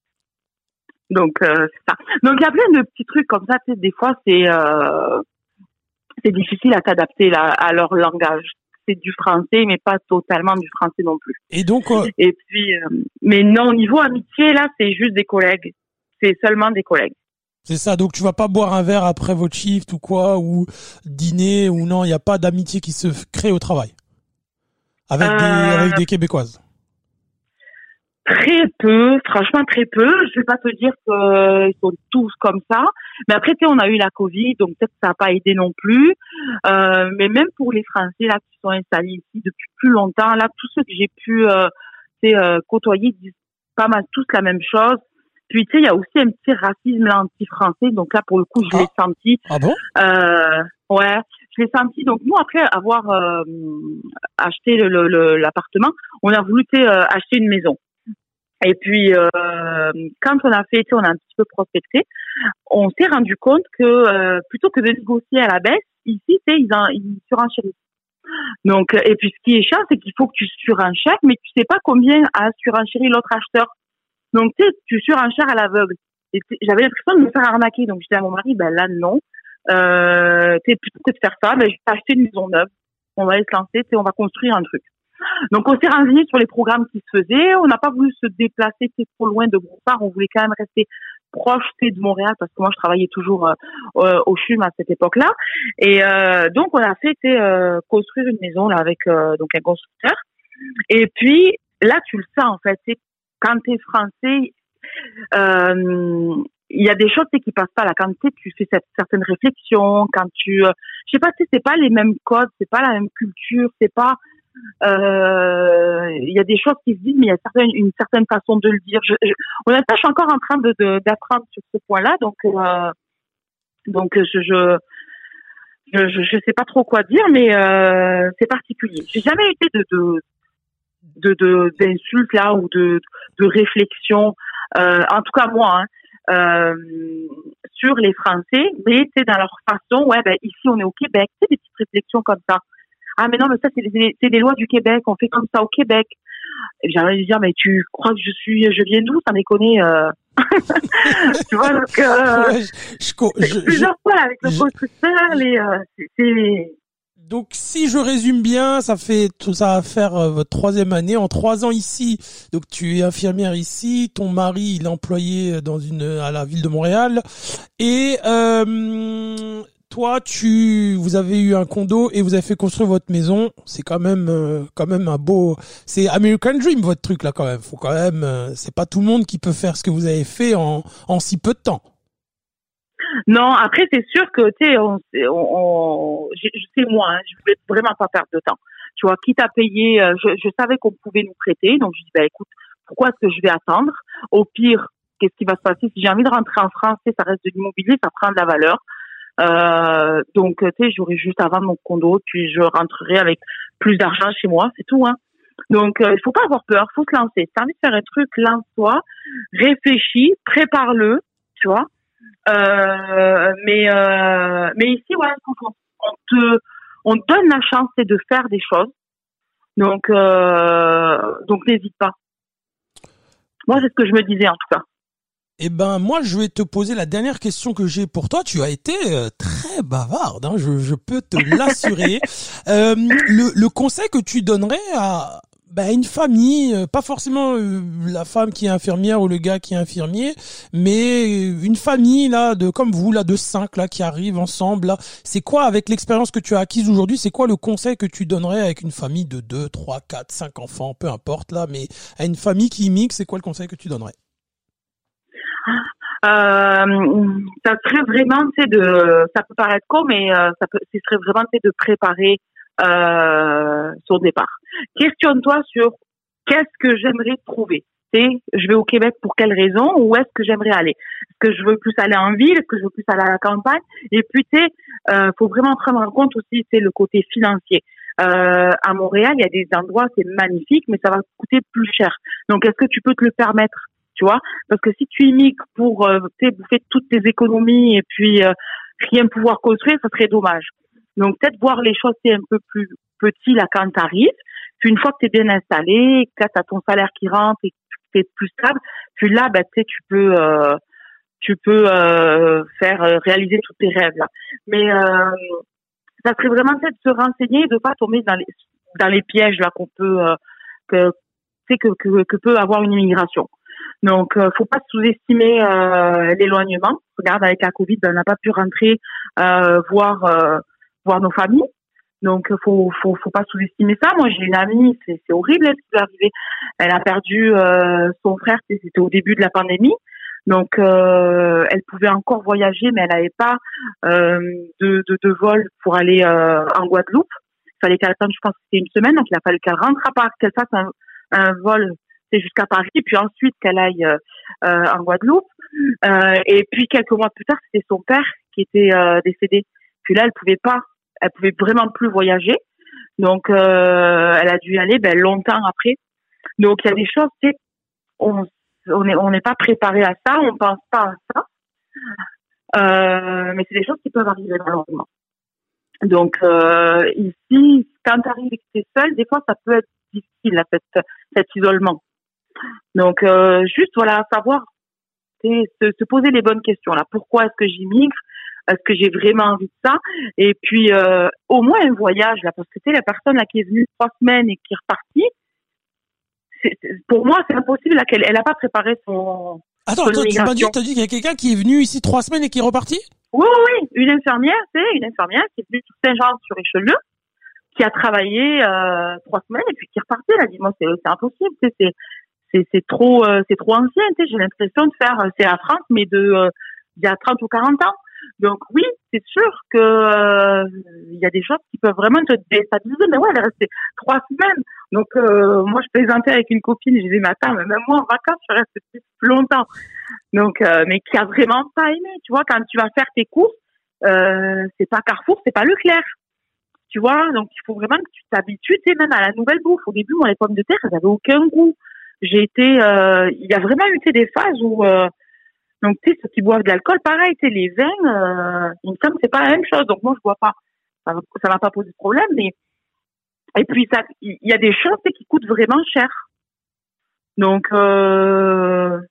Donc, euh, c'est ça. Donc, il y a plein de petits trucs comme ça, tu sais, des fois, c'est, euh, c'est difficile à s'adapter là, à leur langage. C'est du français, mais pas totalement du français non plus. Et donc, euh... Et puis, euh, mais non, au niveau amitié, là, c'est juste des collègues. C'est seulement des collègues. C'est ça, donc tu vas pas boire un verre après votre shift ou quoi, ou dîner, ou non, il n'y a pas d'amitié qui se crée au travail. Avec, euh... des, avec des Québécoises. Très peu, franchement très peu. Je vais pas te dire qu'ils sont tous comme ça, mais après tu sais, on a eu la Covid, donc peut-être que ça n'a pas aidé non plus. Euh, mais même pour les Français là qui sont installés ici depuis plus longtemps, là tous ceux que j'ai pu euh, tu sais, euh, côtoyer disent pas mal tous la même chose. Puis tu sais, il y a aussi un petit racisme là, anti-français, donc là pour le coup je Ah, l'ai senti. ah bon? Euh, ouais, je l'ai senti. Donc nous après avoir euh, acheté le, le, le- l'appartement, on a voulu tu sais, euh, acheter une maison. Et puis, euh, quand on a fait, tu sais, on a un petit peu prospecté, on s'est rendu compte que euh, plutôt que de négocier à la baisse, ici, tu sais, ils, en, ils surenchérissent. Donc, euh, et puis ce qui est chiant, c'est qu'il faut que tu surenchères, mais tu sais pas combien a surenchéri l'autre acheteur. Donc, tu sais, tu surenchères à l'aveugle. Et t- j'avais l'impression de me faire arnaquer. Donc, je disais à mon mari, ben là, non. Euh, tu sais, plutôt que de faire ça, ben, je vais acheter une maison neuve. On va aller se lancer, tu sais, on va construire un truc. Donc, on s'est renseigné sur les programmes qui se faisaient. On n'a pas voulu se déplacer c'est trop loin de Brossard. On voulait quand même rester proche de Montréal parce que moi, je travaillais toujours euh, euh, au C H U M à cette époque-là. Et euh, donc, on a fait euh, construire une maison là avec euh, donc un constructeur. Et puis, là, tu le sens en fait. C'est quand tu es français, euh, il y a des choses tu sais, qui passent pas là. Quand tu sais, tu fais cette certaines réflexions, quand tu, euh, je sais pas, tu sais, c'est pas les mêmes codes, c'est pas la même culture, c'est pas euh, il y a des choses qui se disent, mais il y a certaine, une certaine façon de le dire. Je, je, honnêtement, je suis encore en train de, de d'apprendre sur ce point-là, donc euh, donc je je, je je je sais pas trop quoi dire, mais euh, c'est particulier. J'ai jamais été de de de, de d'insultes là ou de de réflexions, euh, en tout cas moi, hein, euh, sur les Français, mais c'est dans leur façon. Ouais, ben ici on est au Québec, c'est des petites réflexions comme ça. Ah, mais non, mais ça, c'est des, c'est des lois du Québec. On fait comme ça au Québec. Et j'ai envie de dire, mais tu crois que je suis, je viens d'où? Ça déconne, euh... tu vois, donc, euh, Ouais, je, je, je, plusieurs je, fois, là, avec le constructeur, les, euh, c'est, c'est... Donc, si je résume bien, ça fait tout ça va faire euh, votre troisième année. En trois ans ici, donc tu es infirmière ici. Ton mari, il est employé dans une à la ville de Montréal. Et euh, toi, tu, vous avez eu un condo et vous avez fait construire votre maison. C'est quand même, euh, quand même un beau. C'est American Dream votre truc là quand même. Faut quand même. Euh, c'est pas tout le monde qui peut faire ce que vous avez fait en en si peu de temps. Non, après, c'est sûr que, tu sais, on, on, on, je, je sais moi, hein, je voulais vraiment pas perdre de temps. Tu vois, quitte à payer, euh, je, je savais qu'on pouvait nous prêter, donc je dis, bah écoute, pourquoi est-ce que je vais attendre? Au pire, qu'est-ce qui va se passer? Si j'ai envie de rentrer en France, ça reste de l'immobilier, ça prend de la valeur. Euh, donc, tu sais, j'aurai juste à vendre mon condo, puis je rentrerai avec plus d'argent chez moi, c'est tout, hein. Donc, euh, il faut pas avoir peur, faut se lancer. Si t'as envie de faire un truc, lance-toi, réfléchis, prépare-le, tu vois. Euh, mais euh, mais ici, ouais, on, on te on te donne la chance c'est de faire des choses. Donc euh, donc n'hésite pas. Moi, c'est ce que je me disais en tout cas. Eh ben moi je vais te poser la dernière question que j'ai pour toi. Tu as été euh, très bavarde, hein, je, je peux te l'assurer. euh, le, le conseil que tu donnerais à bah, une famille, euh, pas forcément euh, la femme qui est infirmière ou le gars qui est infirmier, mais une famille là de comme vous là de cinq là qui arrivent ensemble là. C'est quoi avec l'expérience que tu as acquise aujourd'hui? C'est quoi le conseil que tu donnerais avec une famille de deux, trois, quatre, cinq enfants, peu importe là, mais à une famille qui mixe, c'est quoi le conseil que tu donnerais? Euh, ça serait vraiment, tu sais, de, ça peut paraître con, mais euh, ça peut, ce serait vraiment, tu sais, de préparer euh, son départ. Questionne-toi sur qu'est-ce que j'aimerais trouver. Tu sais, je vais au Québec pour quelle raison ou est-ce que j'aimerais aller? Est-ce que je veux plus aller en ville? Est-ce que je veux plus aller à la campagne? Et puis, tu sais, euh, faut vraiment prendre en compte aussi, c'est le côté financier. Euh, à Montréal, il y a des endroits, c'est magnifique, mais ça va coûter plus cher. Donc, est-ce que tu peux te le permettre? Tu vois, parce que si tu immigres pour euh, bouffer toutes tes économies et puis euh, rien pouvoir construire, ça serait dommage. Donc peut-être voir les choses c'est un peu plus petit là quand tu arrives. Puis une fois que tu es bien installé, que tu as ton salaire qui rentre et que tu es plus stable, puis là bah tu sais tu peux euh, tu peux euh, faire euh, réaliser tous tes rêves là. Mais euh, ça serait vraiment peut-être de se renseigner et de pas tomber dans les dans les pièges là qu'on peut euh, que tu sais que, que que peut avoir une immigration. Donc, euh, faut pas sous-estimer euh, l'éloignement. Regarde, avec la Covid, ben, on n'a pas pu rentrer euh, voir euh, voir nos familles. Donc faut faut faut pas sous-estimer ça. Moi j'ai une amie, c'est c'est horrible ce qui lui est arrivé. Elle a perdu euh, son frère, c'était au début de la pandémie. Donc euh, elle pouvait encore voyager, mais elle n'avait pas euh, de, de de vol pour aller euh, en Guadeloupe. Il fallait qu'elle attende, je pense que c'était une semaine, donc il a fallu qu'elle rentre à Paris, qu'elle fasse un, un vol c'est jusqu'à Paris, puis ensuite qu'elle aille euh, en Guadeloupe. Euh, et puis quelques mois plus tard, c'était son père qui était euh, décédé. Puis là, elle pouvait pas, elle pouvait vraiment plus voyager. Donc, euh, elle a dû y aller ben, longtemps après. Donc, il y a des choses, tu sais, on on n'est on n'est pas préparé à ça, on pense pas à ça. Euh, mais c'est des choses qui peuvent arriver malheureusement. Donc, euh, ici, quand tu arrives et que tu es seule, des fois, ça peut être difficile, là, cet, cet isolement. Donc, euh, juste, voilà, savoir, se, se poser les bonnes questions, là. Pourquoi est-ce que j'immigre? Est-ce que j'ai vraiment envie de ça? Et puis, euh, au moins un voyage, là, parce que, tu sais, la personne, là, qui est venue trois semaines et qui est repartie, c'est, c'est, pour moi, c'est impossible, là, qu'elle, elle a pas préparé son, Attends, son attends, tu m'as dit, t'as dit qu'il y a quelqu'un qui est venu ici trois semaines et qui est reparti? Oui, oui, oui. Une infirmière, c'est une infirmière qui est venue sur Saint-Jean-sur-Richelieu, qui a travaillé, euh, trois semaines et puis qui est repartie. Elle a dit, moi, c'est, c'est impossible, tu sais, c'est, c'est, c'est trop, euh, c'est trop ancien, tu sais, j'ai l'impression de faire, euh, c'est la France, mais de, euh, il y a trente ou quarante ans. Donc oui, c'est sûr que euh, il y a des choses qui peuvent vraiment te déstabiliser. Mais ouais, elle est restée trois semaines. Donc euh, moi, je plaisantais avec une copine. Je disais, mais attends, mais même moi en vacances, je reste plus longtemps. Donc, euh, mais qui a vraiment pas aimé. Tu vois, quand tu vas faire tes courses, euh, c'est pas Carrefour, c'est pas Leclerc. Tu vois, donc il faut vraiment que tu t'habitues, tu sais, même à la nouvelle bouffe. Au début, moi, les pommes de terre, elles avaient aucun goût. J'ai été, euh, il y a vraiment eu des phases où euh, donc, tu sais, ceux qui boivent de l'alcool, pareil, tu sais, les vins, euh, il me semble que c'est pas la même chose. Donc, moi, je bois pas. Ça, ça m'a pas posé de problème, mais, et puis, ça, il y, y a des choses, tu sais, qui coûtent vraiment cher. Donc, euh,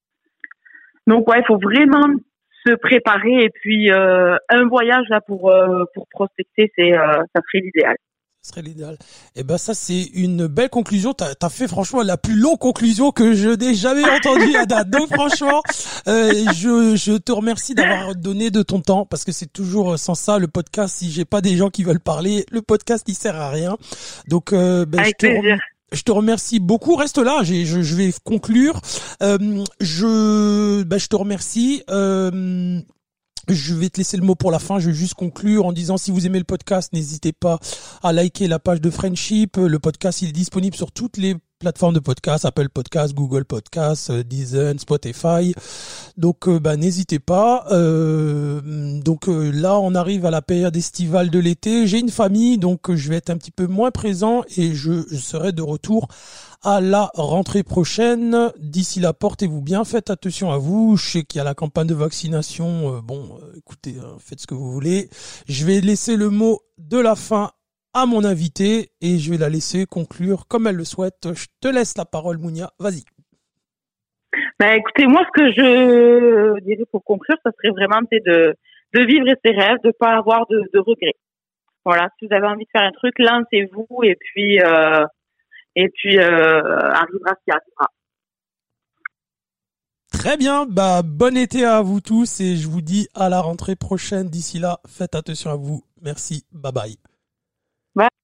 donc, ouais, il faut vraiment se préparer. Et puis, euh, un voyage, là, pour, euh, pour prospecter, c'est, euh, ça serait l'idéal. Ce serait l'idéal. Et ben ça c'est une belle conclusion. T'as as fait franchement la plus longue conclusion que je n'ai jamais entendue à date. Donc franchement, euh, je je te remercie d'avoir donné de ton temps parce que c'est toujours sans ça le podcast. Si j'ai pas des gens qui veulent parler, le podcast il sert à rien. Donc euh, ben, Avec je te plaisir. rem... Je te remercie beaucoup. Reste là. J'ai, je, je vais conclure. Euh, je, ben, je te remercie. Euh, Je vais te laisser le mot pour la fin. Je vais juste conclure en disant si vous aimez le podcast, n'hésitez pas à liker la page de Friendship. Le podcast, il est disponible sur toutes les plateformes de podcast, Apple Podcast, Google Podcast, Deezer, Spotify. Donc, euh, bah, n'hésitez pas. Euh, donc euh, là, on arrive à la période estivale de l'été. J'ai une famille, donc euh, je vais être un petit peu moins présent et je, je serai de retour à la rentrée prochaine. D'ici là, portez-vous bien, faites attention à vous. Je sais qu'il y a la campagne de vaccination. Euh, bon, euh, écoutez, hein, faites ce que vous voulez. Je vais laisser le mot de la fin à mon invité et je vais la laisser conclure comme elle le souhaite. Je te laisse la parole, Mounia. Vas-y. Ben, écoutez, moi, ce que je dirais pour conclure, ça serait vraiment de, de vivre ses rêves, de pas avoir de, de regrets. Voilà, si vous avez envie de faire un truc, lancez-vous et puis, euh, et puis, euh, arrivera ce qui arrivera. Très bien, bah bon été à vous tous et je vous dis à la rentrée prochaine. D'ici là, faites attention à vous. Merci, bye bye. Bye.